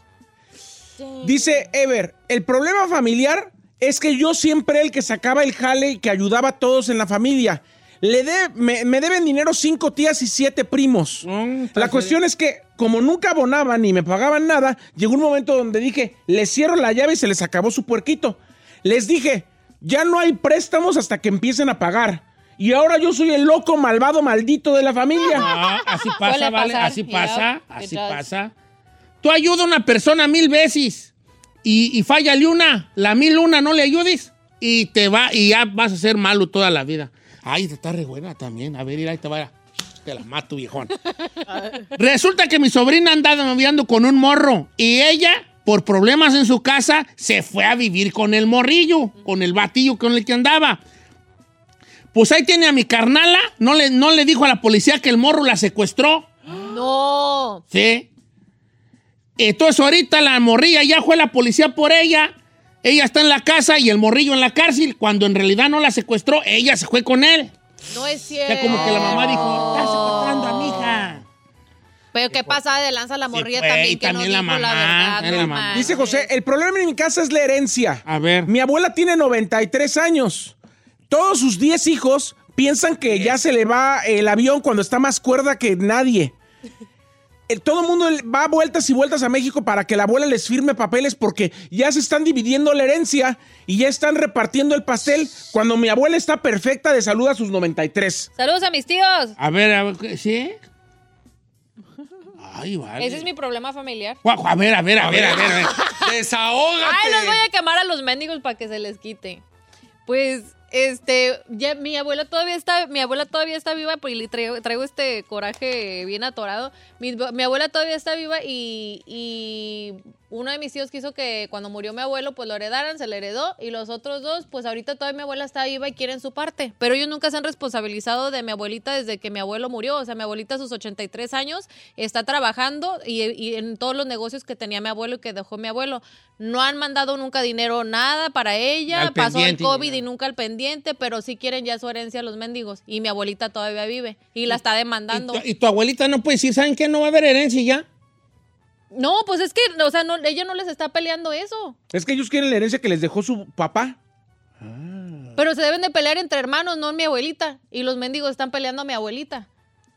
Dice Ever, el problema familiar es que yo siempre el que sacaba el jale y que ayudaba a todos en la familia. Le de, me, me deben dinero cinco tías y siete primos. Mm, la cuestión es que, como nunca abonaban ni me pagaban nada, llegó un momento donde dije, les cierro la llave y se les acabó su puerquito. Les dije, ya no hay préstamos hasta que empiecen a pagar. Y ahora yo soy el loco, malvado, maldito de la familia. Ah, así pasa, ¿vale? Así pasa, así pasa. Tú ayudas a una persona mil veces y, y fállale una, la mil una no le ayudes y te va y ya vas a ser malo toda la vida. Ay, está re buena también. A ver, ahí te va. Te la mato, viejón. Resulta que mi sobrina andaba noviando con un morro y ella, por problemas en su casa, se fue a vivir con el morrillo, con el batillo con el que andaba. Pues ahí tiene a mi carnala. No le, no le dijo a la policía que el morro la secuestró. No. Sí. Entonces ahorita la morrilla ya fue la policía por ella. Ella está en la casa y el morrillo en la cárcel, cuando en realidad no la secuestró, ella se fue con él. No es cierto. Ya como que la mamá dijo, está secuestrando a mi hija. Pero qué pasa de lanza la morrilla sí, también, y que también no la dijo mamá, la verdad. la No mamá. manches. Dice José, el problema en mi casa es la herencia. A ver. Mi abuela tiene noventa y tres años. Todos sus diez hijos piensan que ya se le va el avión cuando está más cuerda que nadie. El- Todo el mundo va a vueltas y vueltas a México para que la abuela les firme papeles porque ya se están dividiendo la herencia y ya están repartiendo el pastel cuando mi abuela está perfecta de salud a sus noventa y tres. Saludos a mis tíos. A ver, a ver, ¿sí? Ay, vale. Ese es mi problema familiar. Guau, A ver, a ver, a ver, a ver. A ver. ¡Desahógate! Ay, los voy a quemar a los mendigos para que se les quite. Pues, este, ya mi abuela todavía está, mi abuela todavía está viva, porque le traigo, traigo este coraje bien atorado. Mi, mi abuela todavía está viva y, y uno de mis tíos quiso que cuando murió mi abuelo, pues lo heredaran, se le heredó, y los otros dos, pues ahorita todavía mi abuela está viva y quieren su parte. Pero ellos nunca se han responsabilizado de mi abuelita desde que mi abuelo murió. O sea, mi abuelita a sus ochenta y tres años está trabajando y, y en todos los negocios que tenía mi abuelo y que dejó mi abuelo. No han mandado nunca dinero, nada para ella. Al Pasó el pendiente, COVID ya. y nunca al pendiente, pero sí quieren ya su herencia los mendigos. Y mi abuelita todavía vive y la está demandando. ¿Y tu, y tu abuelita no puede decir, ¿saben qué? No va a haber herencia ya. No, pues es que, o sea, no, ella no les está peleando eso. Es que ellos quieren la herencia que les dejó su papá. Pero se deben de pelear entre hermanos, no mi abuelita. Y los mendigos están peleando a mi abuelita.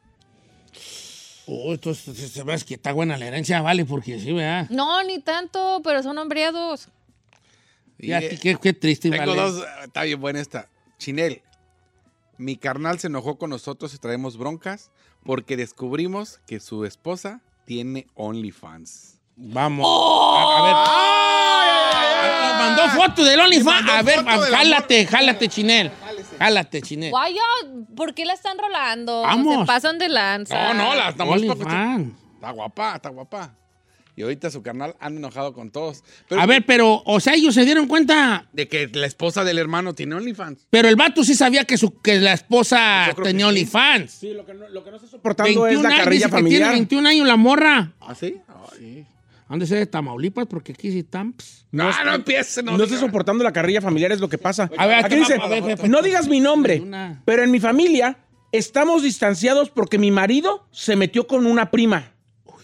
Oh, entonces se ve que está buena la herencia, vale, porque sí, ¿verdad? No, ni tanto, pero son hambriados. Y a ti, qué, qué triste, Tengo vale. dos. Está bien buena esta. Chinel, mi carnal se enojó con nosotros y traemos broncas porque descubrimos que su esposa tiene OnlyFans. Vamos. A, a ver. Ah, mandó foto del OnlyFans. mandó A ver, foto del jálate, amor. jálate, Chinel. Jálate, Chinel. Guaya, ¿por qué la están rolando? Vamos. Se pasan de lanza. No, no, la estamos OnlyFans. Está guapa, está guapa. Y ahorita su carnal anda enojado con todos. Pero A ver, pero, o sea, ellos se dieron cuenta. de que la esposa del hermano tiene OnlyFans. Pero el vato sí sabía que, su, que la esposa Yo creo tenía que sí. OnlyFans. Sí, lo que no, lo que no está soportando es veintiún la años, carrilla dice que familiar. tiene veintiún años la morra. ¿Ah, sí? Ay. ¿Han de ser de Tamaulipas? Porque aquí sí están. pues. No, no, empiece, no. No está diga. soportando la carrilla familiar, es lo que pasa. A ver, Aquí aquí dice, va, a ver, jefe. no digas mi nombre, Hay una- pero en mi familia estamos distanciados porque mi marido se metió con una prima.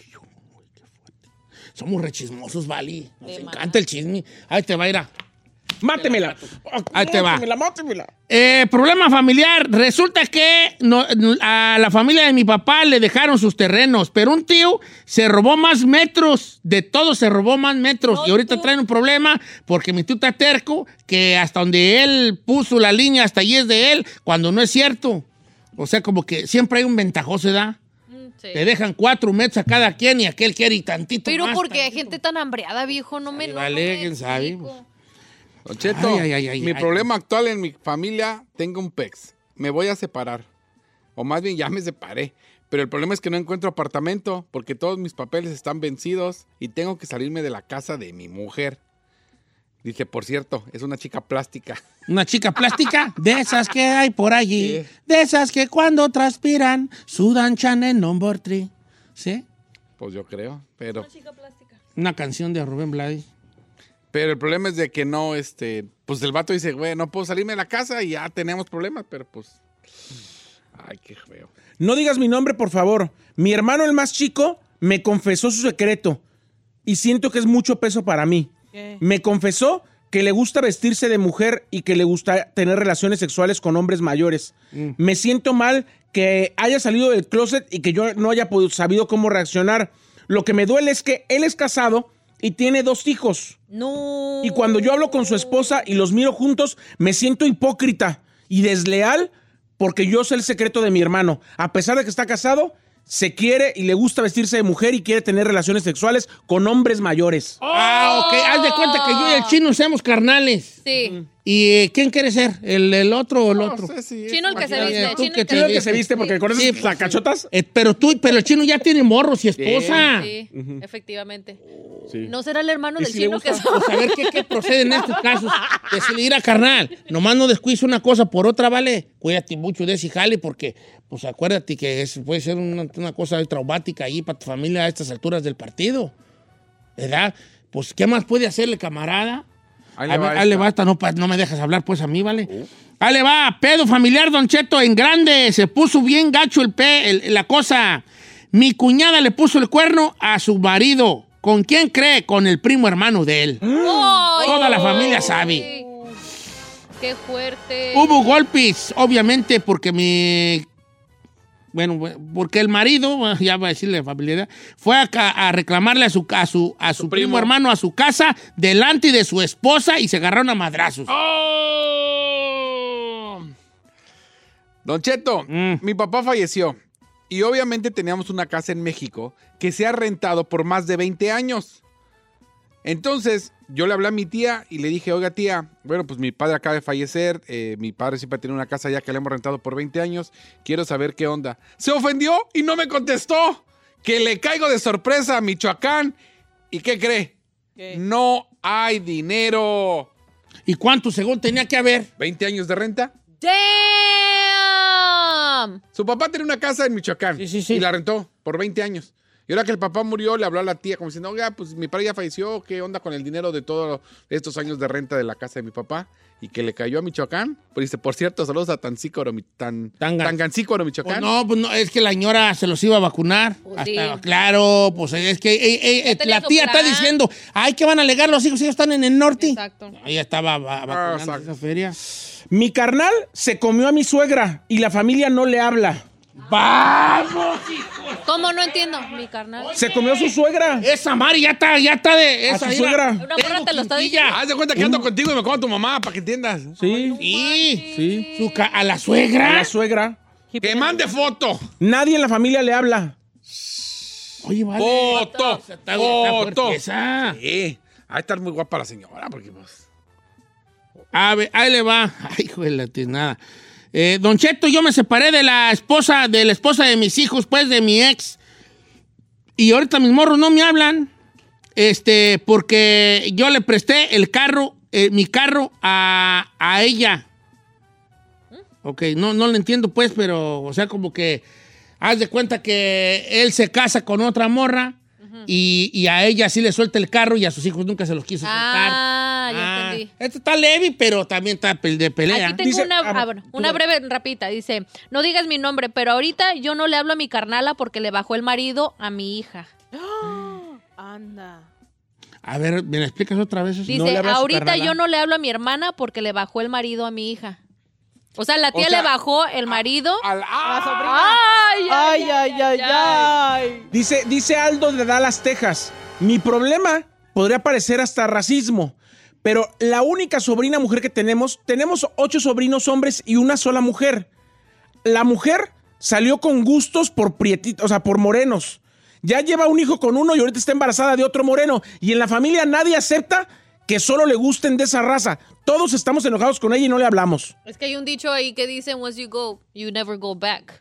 Somos rechismosos, Vali. Nos De encanta el chisme. Ahí te va a ir a... Mátemela. Ahí te va. Mátemela, mátemela. Eh, problema familiar. Resulta que no- a la familia de mi papá le dejaron sus terrenos, pero un tío se robó más metros. De todo se robó más metros. No, y ahorita tú. traen un problema porque mi tío está terco que hasta donde él puso la línea, hasta allí es de él, cuando no es cierto. O sea, como que siempre hay un ventajoso, ¿verdad? Mm, sí. Te dejan cuatro metros a cada quien y aquel quiere y tantito Pero más, porque hay tantito. gente tan hambriada, viejo, no me Sabe, no, vale, no me quién sabe, explico. Don Cheto, Ay, ay, ay, ay, mi ay. problema actual en mi familia, tengo un pex. Me voy a separar. O más bien ya me separé. Pero el problema es que no encuentro apartamento porque todos mis papeles están vencidos y tengo que salirme de la casa de mi mujer. Dice, por cierto, es una chica plástica. Una chica plástica, de esas que hay por allí, Sí. de esas que cuando transpiran sudan Chanel number three. ¿Sí? Pues yo creo, pero... Una canción de Rubén Blades. Pero el problema es de que no, este... Pues el vato dice, güey, no puedo salirme de la casa y ya tenemos problemas, pero pues... Ay, qué feo. No digas mi nombre, por favor. Mi hermano, el más chico, me confesó su secreto. Y siento que es mucho peso para mí. ¿Qué? Me confesó que le gusta vestirse de mujer y que le gusta tener relaciones sexuales con hombres mayores. Mm. Me siento mal que haya salido del closet y que yo no haya podido- sabido cómo reaccionar. Lo que me duele es que él es casado y tiene dos hijos. No. Y cuando yo hablo con su esposa y los miro juntos, me siento hipócrita y desleal porque yo sé el secreto de mi hermano. A pesar de que está casado, se quiere y le gusta vestirse de mujer y quiere tener relaciones sexuales con hombres mayores. Ah, ok. Haz de cuenta que yo y el chino seamos carnales. Sí. ¿Y eh, quién quiere ser? ¿El, el otro o el No otro? sé si es- Chino el que se Imagínate, viste. tú Chino que el te ¿Quién es el que viste. se viste? Porque con Sí, esas pues, sacachotas. Eh, pero tú, pero el chino ya tiene morros y esposa. Sí, efectivamente. Sí. ¿No será el hermano ¿Y del si le chino que gusta? son? Pues a ver qué, qué procede en estos casos. Decirle, ir a carnal, nomás no descuides una cosa por otra, ¿vale? Cuídate mucho de ese jale porque, pues acuérdate que es- puede ser una, una cosa traumática ahí para tu familia a estas alturas del partido. ¿Verdad? Pues, ¿qué más puede hacerle, camarada? Ahí Ahí, le va ahí le esta. va esta, no, pa- no me dejas hablar pues a mí, ¿vale? Ahí le va, pedo familiar, Don Cheto, en grande, se puso bien gacho el pe, el- la cosa. Mi cuñada le puso el cuerno a su marido. ¿Con quién cree? Con el primo hermano de él. ¡Ay! Toda la familia sabe. ¡Qué fuerte! Hubo golpes, obviamente, porque mi... Bueno, porque el marido, ya va a decirle familia, fue a, ca- a reclamarle a su, a su, a su, primo. primo. hermano a su casa delante de su esposa y se agarraron a madrazos. ¡Oh! Don Cheto, Mm. mi papá falleció y obviamente teníamos una casa en México que se ha rentado por más de veinte años. Entonces, yo le hablé a mi tía y le dije, oiga tía, bueno, pues mi padre acaba de fallecer, eh, mi padre siempre tiene una casa ya que le hemos rentado por veinte años, quiero saber qué onda. Se ofendió y no me contestó, que le caigo de sorpresa a Michoacán. ¿Y qué cree? ¿Qué? No hay dinero. ¿Y cuánto según tenía que haber? ¿veinte años de renta? ¡Damn! Su papá tenía una casa en Michoacán Sí, sí, sí. y la rentó por veinte años. Y ahora que el papá murió, le habló a la tía como diciendo, oiga, pues mi padre ya falleció, ¿qué onda con el dinero de todos estos años de renta de la casa de mi papá? Y que le cayó a Michoacán. Pues dice, por cierto, saludos a Tancícoro, mi- tan, Tangan- Tangancícoro, Pues Michoacán. no, pues no, es que la señora se los iba a vacunar. Pues Hasta- sí. Claro, pues es que eh, eh, Ya eh, tenía la su tía está plan. diciendo, ay, que van a alegar los hijos, ellos están en el norte. Exacto. Ahí estaba va- vacunando exacto. esa feria. Mi carnal se comió a mi suegra y la familia no le habla. ¡Vamos! ¿Cómo? No entiendo. Mi carnal. Se comió a su suegra. Esa Mari ya está, ya está de A esa su mira. suegra. Una morra te lo está diciendo. Haz de cuenta que ando contigo y me como a tu mamá, para que entiendas. Sí, Sí, sí. Su ca- a la A suegra. la suegra. Que mande foto. Nadie en la familia le habla. Oye, vale. Foto. Está- está Foto. fuerte esa. Sí. Ha de estar muy guapa la señora, porque pues... A ver, ahí le va. Ay, hijo de la nada. Eh, Don Cheto, yo me separé de la esposa, de la esposa de mis hijos, pues, de mi ex. Y ahorita mis morros no me hablan. Este, porque yo le presté el carro, eh, mi carro a, a ella. Ok, no, no lo entiendo, pues, pero, o sea, como que haz de cuenta que él se casa con otra morra y, y a ella sí le suelta el carro y a sus hijos nunca se los quiso soltar. Ah, ya entendí. Esto está leve, pero también está pel- de pelea. Aquí tengo Dice- una, ah, ah, bueno, tú una dale. breve rapita. Dice, no digas mi nombre, pero ahorita yo no le hablo a mi carnala porque le bajó el marido a mi hija. Anda. A ver, ¿me la explicas otra vez? eso? Dice, No le habla a su ahorita carnala. yo no le hablo a mi hermana porque le bajó el marido a mi hija. O sea, la tía O sea, le bajó el marido. Al- La sobrina. ¡Ay, Ay, ay, ay, ay. Dice, dice Aldo de Dallas, Texas. Mi problema podría parecer hasta racismo, pero la única sobrina mujer que tenemos, tenemos ocho sobrinos hombres y una sola mujer. La mujer salió con gustos por prietitos, o sea, por morenos. Ya lleva un hijo con uno y ahorita está embarazada de otro moreno. Y en la familia nadie acepta que solo le gusten de esa raza. Todos estamos enojados con ella y no le hablamos. Es que hay un dicho ahí que dice, once you go, you never go back.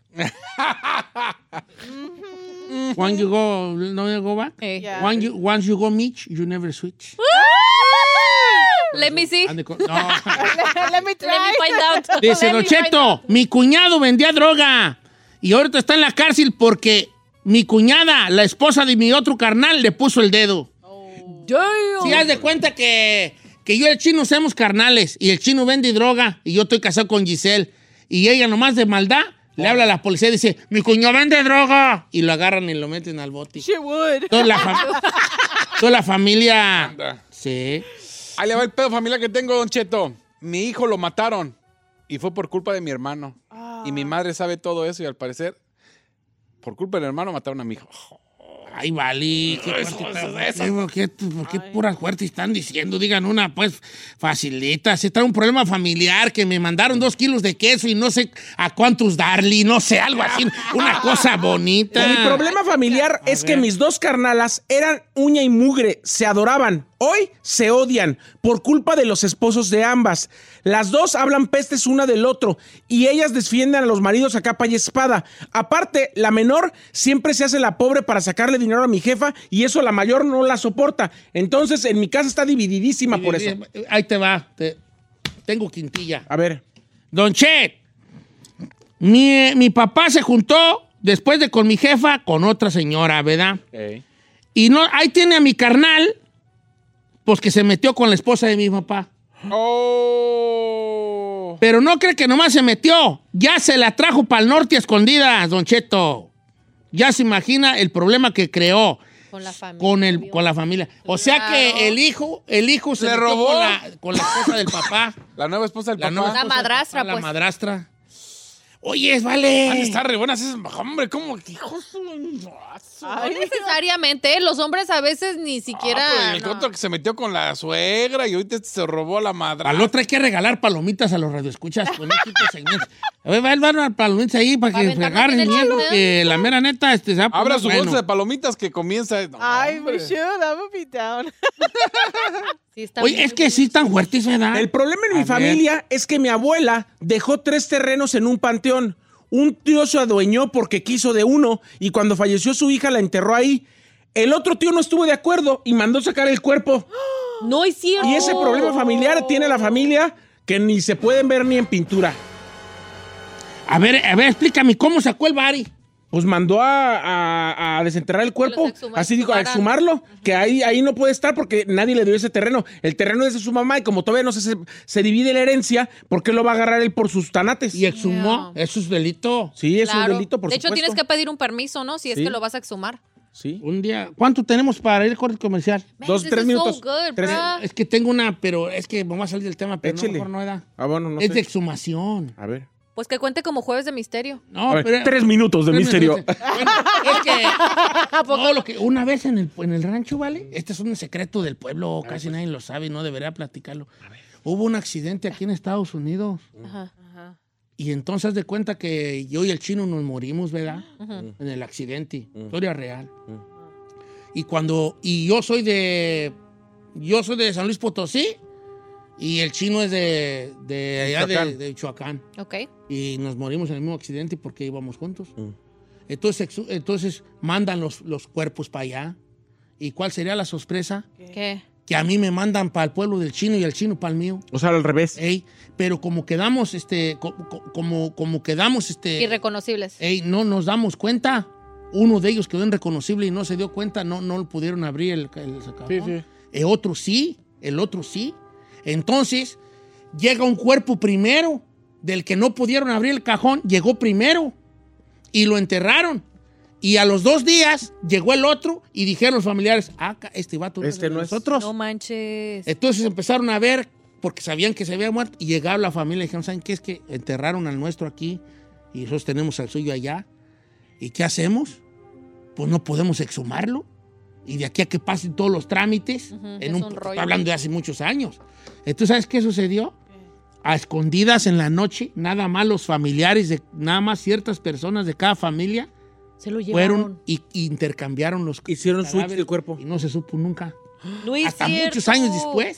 Once you go, no you go back. Hey. Yeah. Once you, once you go Mitch, you never switch. Let me see. Ande con- no. Let me try. Let me find out. Dice, Let Don me find Cheto, out. mi cuñado vendía droga y ahorita está en la cárcel porque mi cuñada, la esposa de mi otro carnal, le puso el dedo. Sí, haz de cuenta que, que yo y el chino somos carnales y el chino vende droga y yo estoy casado con Giselle y ella nomás de maldad le habla a la policía y dice, mi cuñado vende droga y lo agarran y lo meten al bote. She would. Toda la, fam- toda la familia... Anda. Sí. Ahí le va el pedo familiar que tengo, Don Cheto. Mi hijo lo mataron y fue por culpa de mi hermano. Y mi madre sabe todo eso y al parecer, por culpa del hermano, mataron a mi hijo. Ay, vale. ¿Qué Eso, fuerte, eso, ¿Por eso. qué, por qué, por qué puras fuertes están diciendo? Digan una, pues, facilita. Si trae un problema familiar, que me mandaron dos kilos de queso y no sé a cuántos darle, no sé, algo así. Una cosa bonita. Mi problema familiar es que mis dos carnalas eran uña y mugre, se adoraban. Hoy se odian por culpa de los esposos de ambas. Las dos hablan pestes una del otro y ellas defienden a los maridos a capa y espada. Aparte, la menor siempre se hace la pobre para sacarle dinero a mi jefa y eso la mayor no la soporta. Entonces, en mi casa está divididísima por eso. Ahí te va. Te- tengo quintilla. A ver. Don Che, mi, mi papá se juntó después de con mi jefa con otra señora, ¿verdad? Ey. Y no, ahí tiene a mi carnal, pues que se metió con la esposa de mi papá. Oh. Pero no cree que nomás se metió. Ya se la trajo para el norte a escondidas, Don Cheto. Ya se imagina el problema que creó Con la familia. con, el, con la familia. O sea Claro. que el hijo, el hijo se Le metió robó. Con, la, con la esposa del papá. La nueva esposa del La papá. nueva La esposa del madrastra, papá, pues. La madrastra. Oye, vale. Han de estar re buenas esas, hombre, ¿cómo? Hijos. No necesariamente, los hombres a veces ni siquiera... Ah, pero el no. otro que se metió con la suegra y ahorita se robó a la madre. Al otro hay que regalar palomitas a los radioescuchas con este tipo de segmentos. A ver, va a dar palomitas ahí para Para que aventarnos agarren en el miedo, chino. que la mera neta este, se va a poner Abra su bueno. bolsa de palomitas que comienza. No, Ay, hombre. we should. I'm gonna be down. Sí, está Oye, bien. es que sí están fuertes, ¿verdad? El problema en A mi ver. familia es que mi abuela dejó tres terrenos en un panteón. Un tío se adueñó porque quiso de uno y cuando falleció su hija la enterró ahí. El otro tío no estuvo de acuerdo y mandó sacar el cuerpo. No es cierto. Y ese problema familiar tiene la familia que ni se pueden ver ni en pintura. A ver, a ver, explícame, ¿cómo sacó el Bari? Pues mandó a, a- a desenterrar el cuerpo. los exhuma- Así dijo, a exhumaran. exhumarlo. Que ahí, ahí no puede estar porque nadie le dio ese terreno. El terreno es de su mamá y como todavía no se, se, se divide la herencia, ¿por qué lo va a agarrar él por sus tanates? Y exhumó. Eso es delito. Sí, es Claro. un delito, por De hecho, supuesto. tienes que pedir un permiso, ¿no? Si es Sí. que lo vas a exhumar. Sí. Un día. ¿Cuánto tenemos para ir al corte comercial? Man, Dos, this tres is minutos. So good, Tres- bruh. Es que tengo una, pero es que vamos a salir del tema, pero no, Échele. mejor no da. Ah, bueno, no es sé. de exhumación. A ver. Pues que cuente como jueves de misterio. No, A ver, pero. tres minutos de Tres misterio. minutos. Bueno, es que. No, lo que una vez en el, en el rancho, ¿vale? Este es un secreto del pueblo, casi nadie lo sabe y no debería platicarlo. Hubo un accidente aquí en Estados Unidos. Ajá. Y entonces haz de cuenta que yo y el chino nos morimos, ¿verdad? En el accidente. Historia real. Y cuando. Y yo soy de. Yo soy de San Luis Potosí. Y el chino es de. De allá de, Michoacán. de Michoacán. Ok. Y nos morimos en el mismo accidente porque íbamos juntos. Entonces, exu- entonces mandan los, los cuerpos para allá. ¿Y cuál sería la sorpresa? ¿Qué? Que a mí me mandan para el pueblo del chino y el chino para el mío. O sea, al revés. Ey, pero como quedamos, este, co- co- como, como quedamos, este, Irreconocibles. ey, no nos damos cuenta. Uno de ellos quedó irreconocible y no se dio cuenta, no, no lo pudieron abrir el, el cajón. Sí, sí. El otro sí, el otro sí. Entonces, llega un cuerpo primero, del que no pudieron abrir el cajón, llegó primero y lo enterraron. Y a los dos días llegó el otro y dijeron los familiares, ah, ca- este vato no Este es de no es. nosotros. No manches. Entonces empezaron a ver, porque sabían que se había muerto, y llegaba la familia y dijeron, ¿saben qué? Es que enterraron al nuestro aquí y nosotros tenemos al suyo allá. ¿Y qué hacemos? Pues no podemos exhumarlo. Y de aquí a que pasen todos los trámites, Ujú, en es un, un estoy rollo. hablando de hace muchos años. Entonces, ¿sabes qué sucedió? A escondidas en la noche, nada más los familiares, de, nada más ciertas personas de cada familia Se lo fueron llevaron. y, y intercambiaron los Hicieron switch cadáveres del cuerpo. Y no se supo nunca. No es Hasta cierto. muchos años después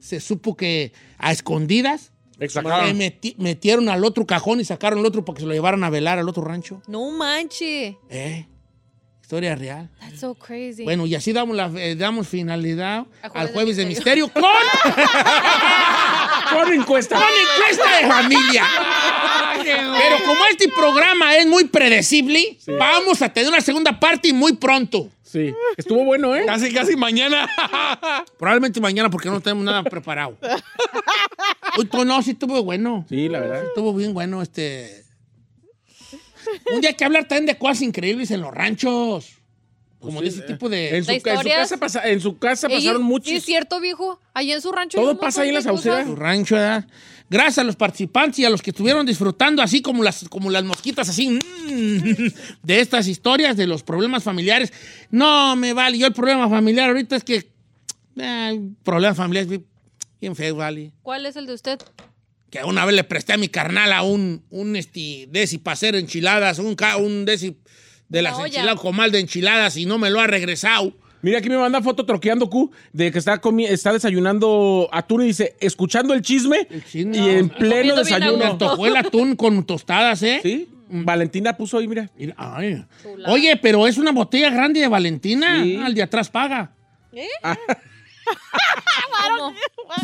se supo que a escondidas Exacto. que meti- metieron al otro cajón y sacaron el otro para que se lo llevaran a velar al otro rancho. No manches. ¿Eh? Historia real. That's so crazy. Bueno, y así damos, la, eh, damos finalidad A Jueves al de Jueves de Misterio. Misterio con... Con encuesta. con encuesta de familia. Pero como este programa es muy predecible, vamos a tener una segunda parte y muy pronto. Sí. Estuvo bueno, ¿eh? Casi, casi mañana. Probablemente mañana porque no tenemos nada preparado. Uy, tú, no, sí estuvo bueno. Sí, la verdad. Estuvo bien bueno este... Un día hay que hablar también de cosas increíbles en los ranchos. Como Pues de sí, ese tipo de... En su, ¿De en su historias? casa, pasa- en su casa Ey, pasaron muchos. Sí, es cierto, viejo. Allá en su rancho. Todo hay un pasa ahí en montón las de saucedas. su cosas. rancho, ¿verdad? Gracias a los participantes y a los que estuvieron disfrutando, así como las, como las mosquitas, así, mm, de estas historias, de los problemas familiares. No, me vale. Yo el problema familiar ahorita es que... Eh, problemas familiares bien, bien feos, vale. ¿Cuál es el de usted? Que una vez le presté a mi carnal a un, un este, desi para hacer enchiladas, un, ca- un desi de las Una olla. enchiladas, comal de enchiladas y no me lo ha regresado. Mira, aquí me manda foto troqueando Q de que está, comi- está desayunando atún y dice, escuchando el chisme, El chisme. y en No, pleno comiendo bien a desayuno. gusto. Me tocó el atún con tostadas, ¿eh? ¿Sí? Valentina puso ahí, mira. Mira, ay. Chula. Oye, pero es una botella grande de Valentina. Sí. Ah, el de atrás paga. ¿Cómo?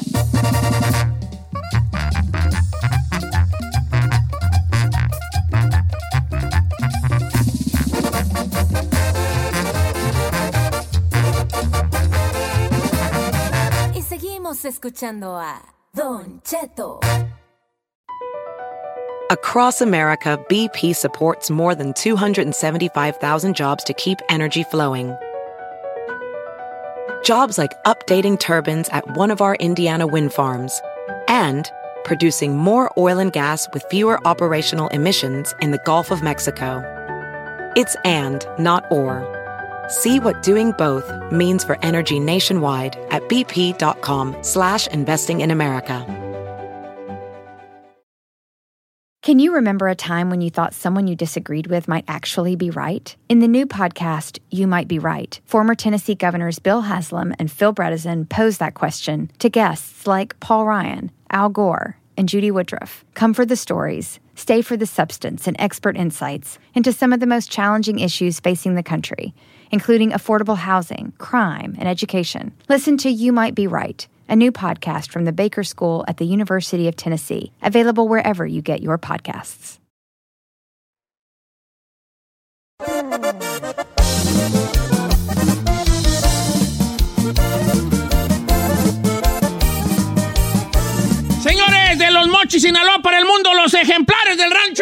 Y seguimos escuchando a Don Cheto. Across America, B P supports more than two hundred seventy-five thousand jobs to keep energy flowing. Jobs like updating turbines at one of our Indiana wind farms and producing more oil and gas with fewer operational emissions in the Gulf of Mexico. It's and, not or. See what doing both means for energy nationwide at bp.com slash investing in America. Can you remember a time when you thought someone you disagreed with might actually be right? In the new podcast, You Might Be Right, former Tennessee governors Bill Haslam and Phil Bredesen pose that question to guests like Paul Ryan, Al Gore, and Judy Woodruff. Come for the stories, stay for the substance and expert insights into some of the most challenging issues facing the country, including affordable housing, crime, and education. Listen to You Might Be Right, a new podcast from the Baker School at the University of Tennessee, available wherever you get your podcasts. Señores de Los Mochis, Sinaloa, para el mundo, los ejemplares del rancho.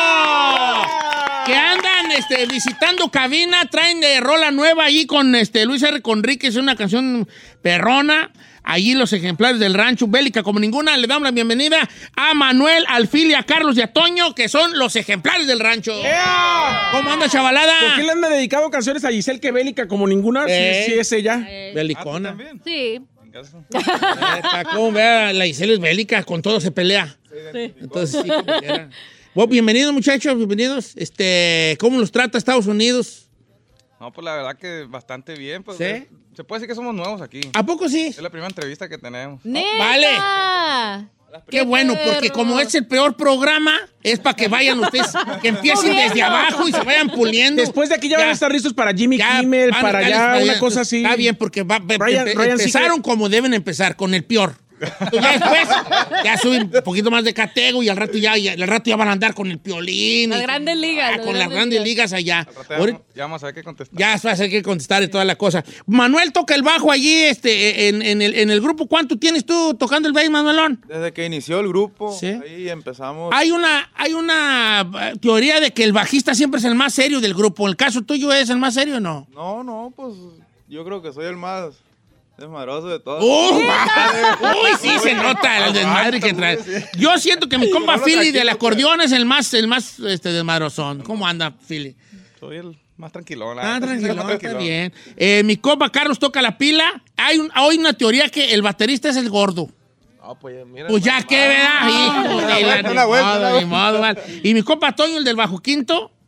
Que andan este, visitando cabina, traen de rola nueva allí con este, Luis R. Conríquez, una canción perrona. Allí los ejemplares del rancho, bélica como ninguna. Le damos la bienvenida a Manuel, Alfil y a Carlos y a Toño, que son los ejemplares del rancho. ¡Ea! ¿Cómo anda, chavalada? ¿Por qué le han dedicado canciones a Giselle que bélica como ninguna? Eh. Sí, sí, es ella. Belicona. Sí. Neta, ¿cómo vea? La Giselle es bélica, con todo se pelea. Entonces, sí, como quiera. Bueno, bienvenidos, muchachos, bienvenidos. Este, ¿cómo los trata Estados Unidos? No, pues la verdad que bastante bien. Pues, ¿Sí? eh, se puede decir que somos nuevos aquí. ¿A poco sí? Es la primera entrevista que tenemos. ¡Neta! Vale. Qué bueno, porque como es el peor programa, es para que vayan ustedes, que empiecen desde abajo y se vayan puliendo. Después de aquí ya, van a estar listos para Jimmy Ya, Kimmel, van a para estar allá, listos, una cosa así. Está bien, porque va, Ryan- empe- Ryan empezaron sigue- como deben empezar, con el peor. Entonces, ya después, ya suben un poquito más de catego y al rato ya, ya, al rato ya van a andar con el piolín. Las y- grandes ligas, ah, las con las grandes grandes ligas. ligas allá. Al rato ya Ahorita- vamos- Ya vamos a ver qué contestar. ya va a ser que contestar y toda la cosa. Manuel toca el bajo allí este, en, en el, en el grupo. ¿Cuánto tienes tú tocando el bass, Manuelón? Desde que inició el grupo, Sí. ahí empezamos. Hay una, hay una eh, teoría de que el bajista siempre es el más serio del grupo. ¿El caso tuyo es el más serio o no? No, no, pues yo creo que soy el más desmadroso de todos. ¡Uh! Uy, sí se nota el desmadre que trae. Yo siento que mi compa Hablo Philly tranquilo, del pues. acordeón es el más, el más este, desmadrozón. ¿Cómo anda, Philly? Soy el más tranquilón. Ah, ¿eh? tranquilo, Más está tranquilón. bien. Eh, mi compa Carlos toca la pila. Hay, un, hay una teoría que el baterista es el gordo. No, pues mira. Pues ya que, ¿verdad? Hijo de la- Una vuelta, ni una modo, vuelta. ni modo, vale. Y mi compa Toño, el del bajo quinto,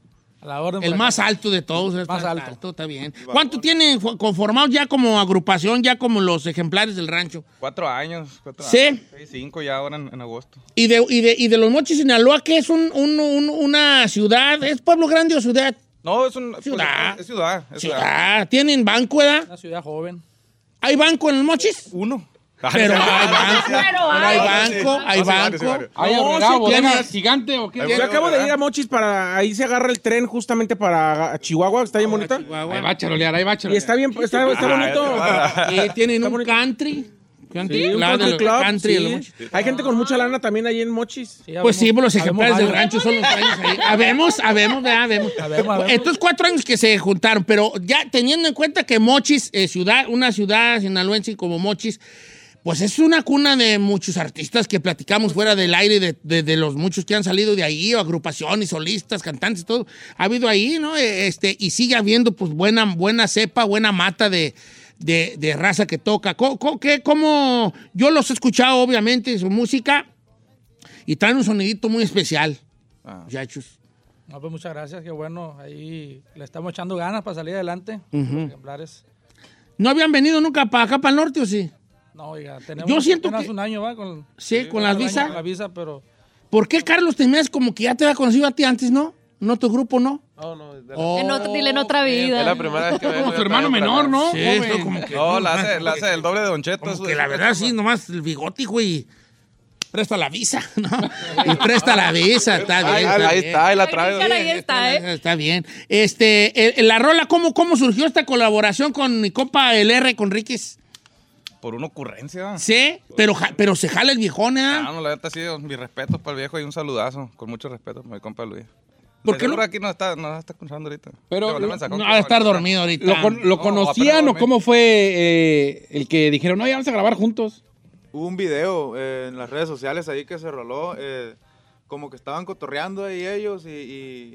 A la orden. El más alto de todos. El más alto. alto. Está bien. ¿Cuánto tienen conformados ya como agrupación, ya como los ejemplares del rancho? Cuatro años. Cuatro ¿Sí? Años, seis, cinco ya ahora en, en agosto. ¿Y de, y, de, ¿Y de los Mochis, Sinaloa, qué es un, un, un, una ciudad? ¿Es pueblo grande o ciudad? No, es una ciudad. Pues, es ciudad. Es ciudad. ciudad. ¿Tienen banco, verdad? Una ciudad joven. ¿Hay banco en los Mochis? Uno. Pero hay banco, pero hay banco, hay banco. ¿Hay No, bodega gigante o qué? Yo acabo de ir a Mochis para... Ahí se agarra el tren justamente para Chihuahua, está bien bonita. Ahí va a charolear, ahí va a charolear. Y está bien, está, está bonito. Y tienen un country. Sí, un country club, sí. Hay gente con mucha lana también ahí en Mochis. Sí, pues sí, los ejemplares del rancho son los años ahí. Habemos, habemos, habemos. Estos cuatro años que se juntaron, pero ya teniendo en cuenta que Mochis, eh, ciudad, una ciudad sinaloense como Mochis, pues es una cuna de muchos artistas que platicamos fuera del aire, de, de, de los muchos que han salido de ahí, o agrupaciones, solistas, cantantes, todo. Ha habido ahí, ¿no? Este, y sigue habiendo, pues, buena, buena cepa, buena mata de, de, de raza que toca. ¿Cómo, cómo, qué, cómo? Yo los he escuchado, obviamente, su música, y traen un sonidito muy especial, ah. muchachos. No, pues muchas gracias, qué bueno. Ahí le estamos echando ganas para salir adelante. Uh-huh. Los ejemplares. ¿No habían venido nunca para acá, para el norte, o sí? No, oiga, tenemos Yo siento apenas que... un año, ¿va? Con, sí, sí, con las visas. Con la visa, pero... ¿Por qué Carlos Temes como que ya te había conocido a ti antes, no? ¿No tu grupo, no? No, no. De la... oh, en otra, dile en otra vida. Es la primera vez que veo. Como tu hermano menor, ¿no? Sí, esto como que... No, la hace, la hace el doble de Don Cheto. Como que la verdad, sí, nomás el bigote, güey. Presta la visa, ¿no? Y presta la visa, está bien. Ahí, está ahí bien. está, ahí la traigo. Ahí está, ¿eh? Está bien. Este, el, la rola, ¿cómo, ¿cómo surgió esta colaboración con mi compa el R. Conríquez? Por una ocurrencia. Sí, pero, pero se jala el viejón, ¿eh? Ah, no, la verdad, sí, mis respetos para el viejo y un saludazo, con mucho respeto para mi compa Luis. ¿Por qué no? lo... aquí no está, no está escuchando ahorita. Pero lo, no va a estar dormido ahorita. ¿Lo, con, ¿lo no, conocían o cómo fue eh, el que dijeron, no, ya vamos a grabar juntos? Hubo un video eh, en las redes sociales ahí que se roló, eh, como que estaban cotorreando ahí ellos y, y,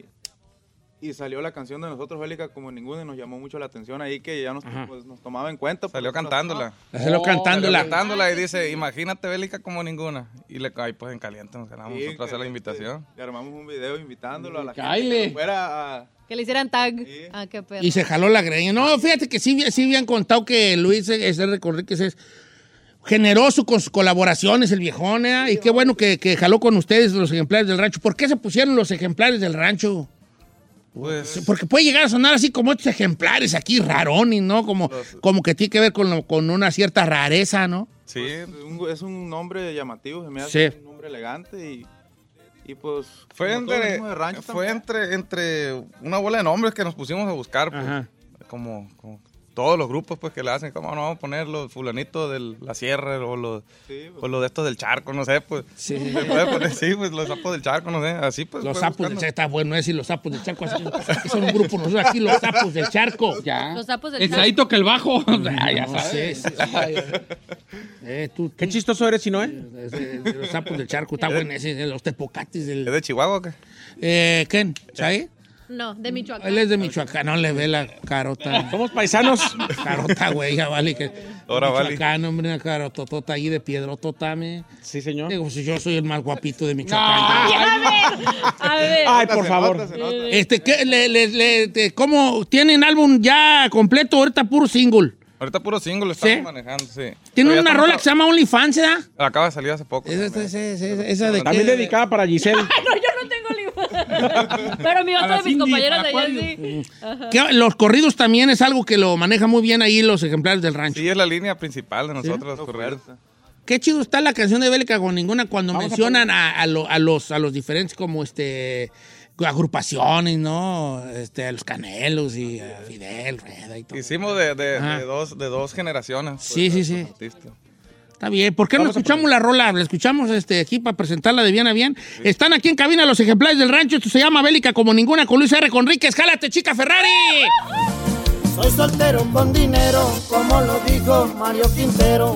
y salió la canción de nosotros, Bélica, como ninguna, y nos llamó mucho la atención ahí que ya nos, pues, nos tomaba en cuenta. Salió cantándola. No. Salió cantándola. Salió cantándola y dice, imagínate Bélica como ninguna. Y le cae pues en caliente, nos ganamos sí, nosotros a hacer la invitación. Le armamos un video invitándolo a la Caile. gente que fuera a... Que le hicieran tag. Sí. Ah, qué perro. Y se jaló la greña. No, fíjate que sí, sí habían contado que Luis es el Conríquez es generoso con sus colaboraciones, el viejón, ¿eh? Sí, y qué bueno que, que jaló con ustedes los ejemplares del rancho. ¿Por qué se pusieron los ejemplares del rancho? Pues... Porque puede llegar a sonar así como estos ejemplares aquí, rarones, ¿no? Como, los... como que tiene que ver con, lo, con una cierta rareza, ¿no? Sí. Pues, es, un, es un nombre llamativo, se me hace sí. un nombre elegante y... Y pues fue entre fue entre entre una bola de nombres que nos pusimos a buscar, pues, como, como todos los grupos pues que le hacen, como no vamos a poner los fulanitos de la sierra o los sí, pues, o los de estos del charco, no sé, pues. Sí. Se puede poner, sí, pues los sapos del charco, no sé, así pues. Los sapos buscando. Del charco, está bueno decir los sapos del charco, así, son un grupo, nosotros aquí los sapos del charco. Ya. Los sapos del el charco. Ahí toca el bajo. Ah, ya sabes. Sí, sí, sí. Eh, tú, Qué chistoso eres, si no, ¿eh? Los sapos del charco, está bueno ese, los tepocates del... ¿Es de Chihuahua o qué? Eh, ¿quién? ¿Sabes? No, de Michoacán. Él es de Michoacán, no le ve la carota. Somos paisanos. Carota, güey, ya vale. Que Ahora vale. Michoacán, hombre, una carototota ahí de piedrotota, me. Sí, señor. Digo, si yo soy el más guapito de Michoacán. Ay, a ver, a ver. Ay, por se favor. Nota, se nota. Este, ¿qué, le, le, le, te, ¿cómo tienen álbum ya completo? Ahorita puro single. Ahorita puro single estamos ¿Sí? manejando, sí. Tiene una rola que se llama OnlyFans, ¿eh? Acaba de salir hace poco. Esa, esa, esa, esa, esa de También qué? dedicada para Giselle. Ay, no, yo no tengo OnlyFans. Pero mi otro de mis compañeros de allá sí. ¿Qué? Los corridos también es algo que lo maneja muy bien ahí los ejemplares del rancho. Sí, es la línea principal de nosotros, ¿Sí? los corridos. Qué chido está la canción de Bélica con ninguna cuando Vamos mencionan a, a, lo, a, los, a los diferentes como este... agrupaciones, ¿no? Este, a los Canelos y a Fidel, Rueda y todo. Hicimos de, de, de, dos, de dos generaciones. Pues, sí, sí, sí. Artistas. Está bien. ¿Por qué Vamos no escuchamos la rola? La escuchamos este, aquí para presentarla de bien a bien. Sí. Están aquí en cabina los ejemplares del rancho. Esto se llama Bélica como ninguna con Luis R. Conríquez. ¡Jálate, chica Ferrari! Soy soltero con dinero, como lo dijo Mario Quintero.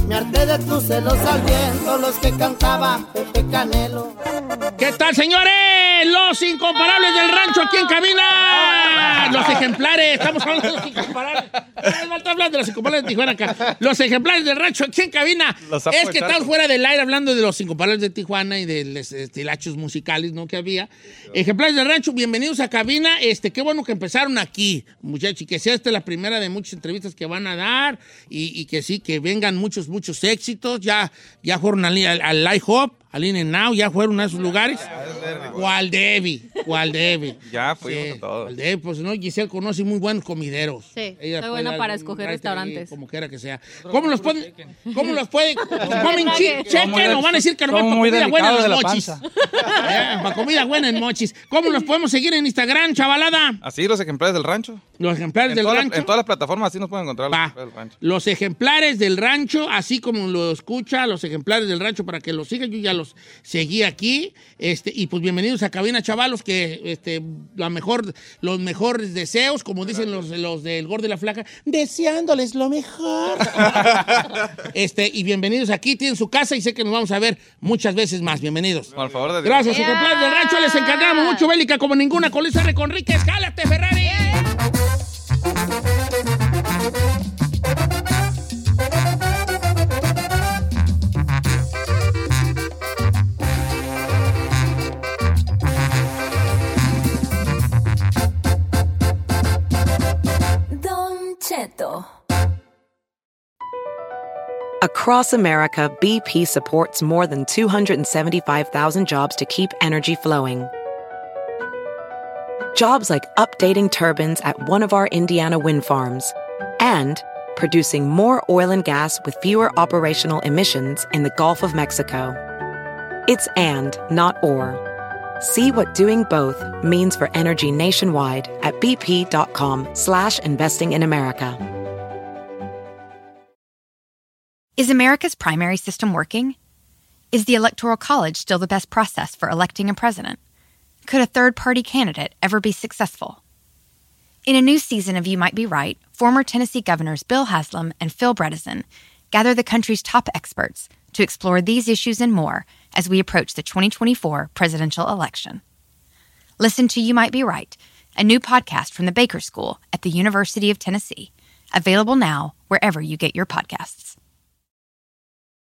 Me harté de tus celos al viento, los que cantaba Pepe Canelo. ¿Qué tal, señores? Los incomparables del rancho aquí en cabina. Los ejemplares. Estamos hablando de los incomparables. Estamos hablando de los incomparables de Tijuana acá. Los ejemplares del rancho aquí en cabina. Es que estamos fuera del aire hablando de los incomparables de Tijuana y de los estilachos musicales, ¿no? Que había. Ejemplares del rancho, bienvenidos a cabina. Este, qué bueno que empezaron aquí, muchachos. Y que sea esta la primera de muchas entrevistas que van a dar. Y, y que sí, que vengan muchos, muchos éxitos. Ya, ya fueron al, al, al Light Hop. Al In-N-Out, ¿ya fueron a esos lugares? O al Debbie, o al Debbie. Ya fuimos sí, a todos. Al Debbie, pues no, Giselle conoce muy buenos comideros. Sí, ella soy buena para escoger restaurantes. Ahí, como quiera que sea. ¿Cómo los pueden? ¿Cómo los pueden? ¿Comen chicken o van a decir que no van para comida buena en los mochis? Para comida buena en mochis. ¿Cómo los podemos seguir en Instagram, chavalada? Así, los ejemplares del rancho. Los ejemplares en del rancho. La, en todas las plataformas así nos pueden encontrar. Va. Los ejemplares del rancho. Los ejemplares del rancho, así como lo escucha, los ejemplares del rancho para que los sigan. Yo ya los seguí aquí, este, y pues bienvenidos a cabina, chavalos, que este, la mejor, los mejores deseos, como dicen los, los del Gordo y la Flaca, deseándoles lo mejor. este, y bienvenidos aquí, tienen su casa y sé que nos vamos a ver muchas veces más. Bienvenidos. Por favor de Dios. Gracias, yeah. Ejemplares del rancho, les encargamos mucho, bélica como ninguna, con Luis R. Conríquez, jálate, Ferrari. Yeah. Across America, B P supports more than two hundred seventy-five thousand jobs to keep energy flowing. Jobs like updating turbines at one of our Indiana wind farms and producing more oil and gas with fewer operational emissions in the Gulf of Mexico. It's and, not or. See what doing both means for energy nationwide at bp.com slash investing in America. Is America's primary system working? Is the Electoral College still the best process for electing a president? Could a third-party candidate ever be successful? In a new season of You Might Be Right, former Tennessee governors Bill Haslam and Phil Bredesen gather the country's top experts to explore these issues and more as we approach the twenty twenty-four presidential election. Listen to You Might Be Right, a new podcast from the Baker School at the University of Tennessee, available now wherever you get your podcasts.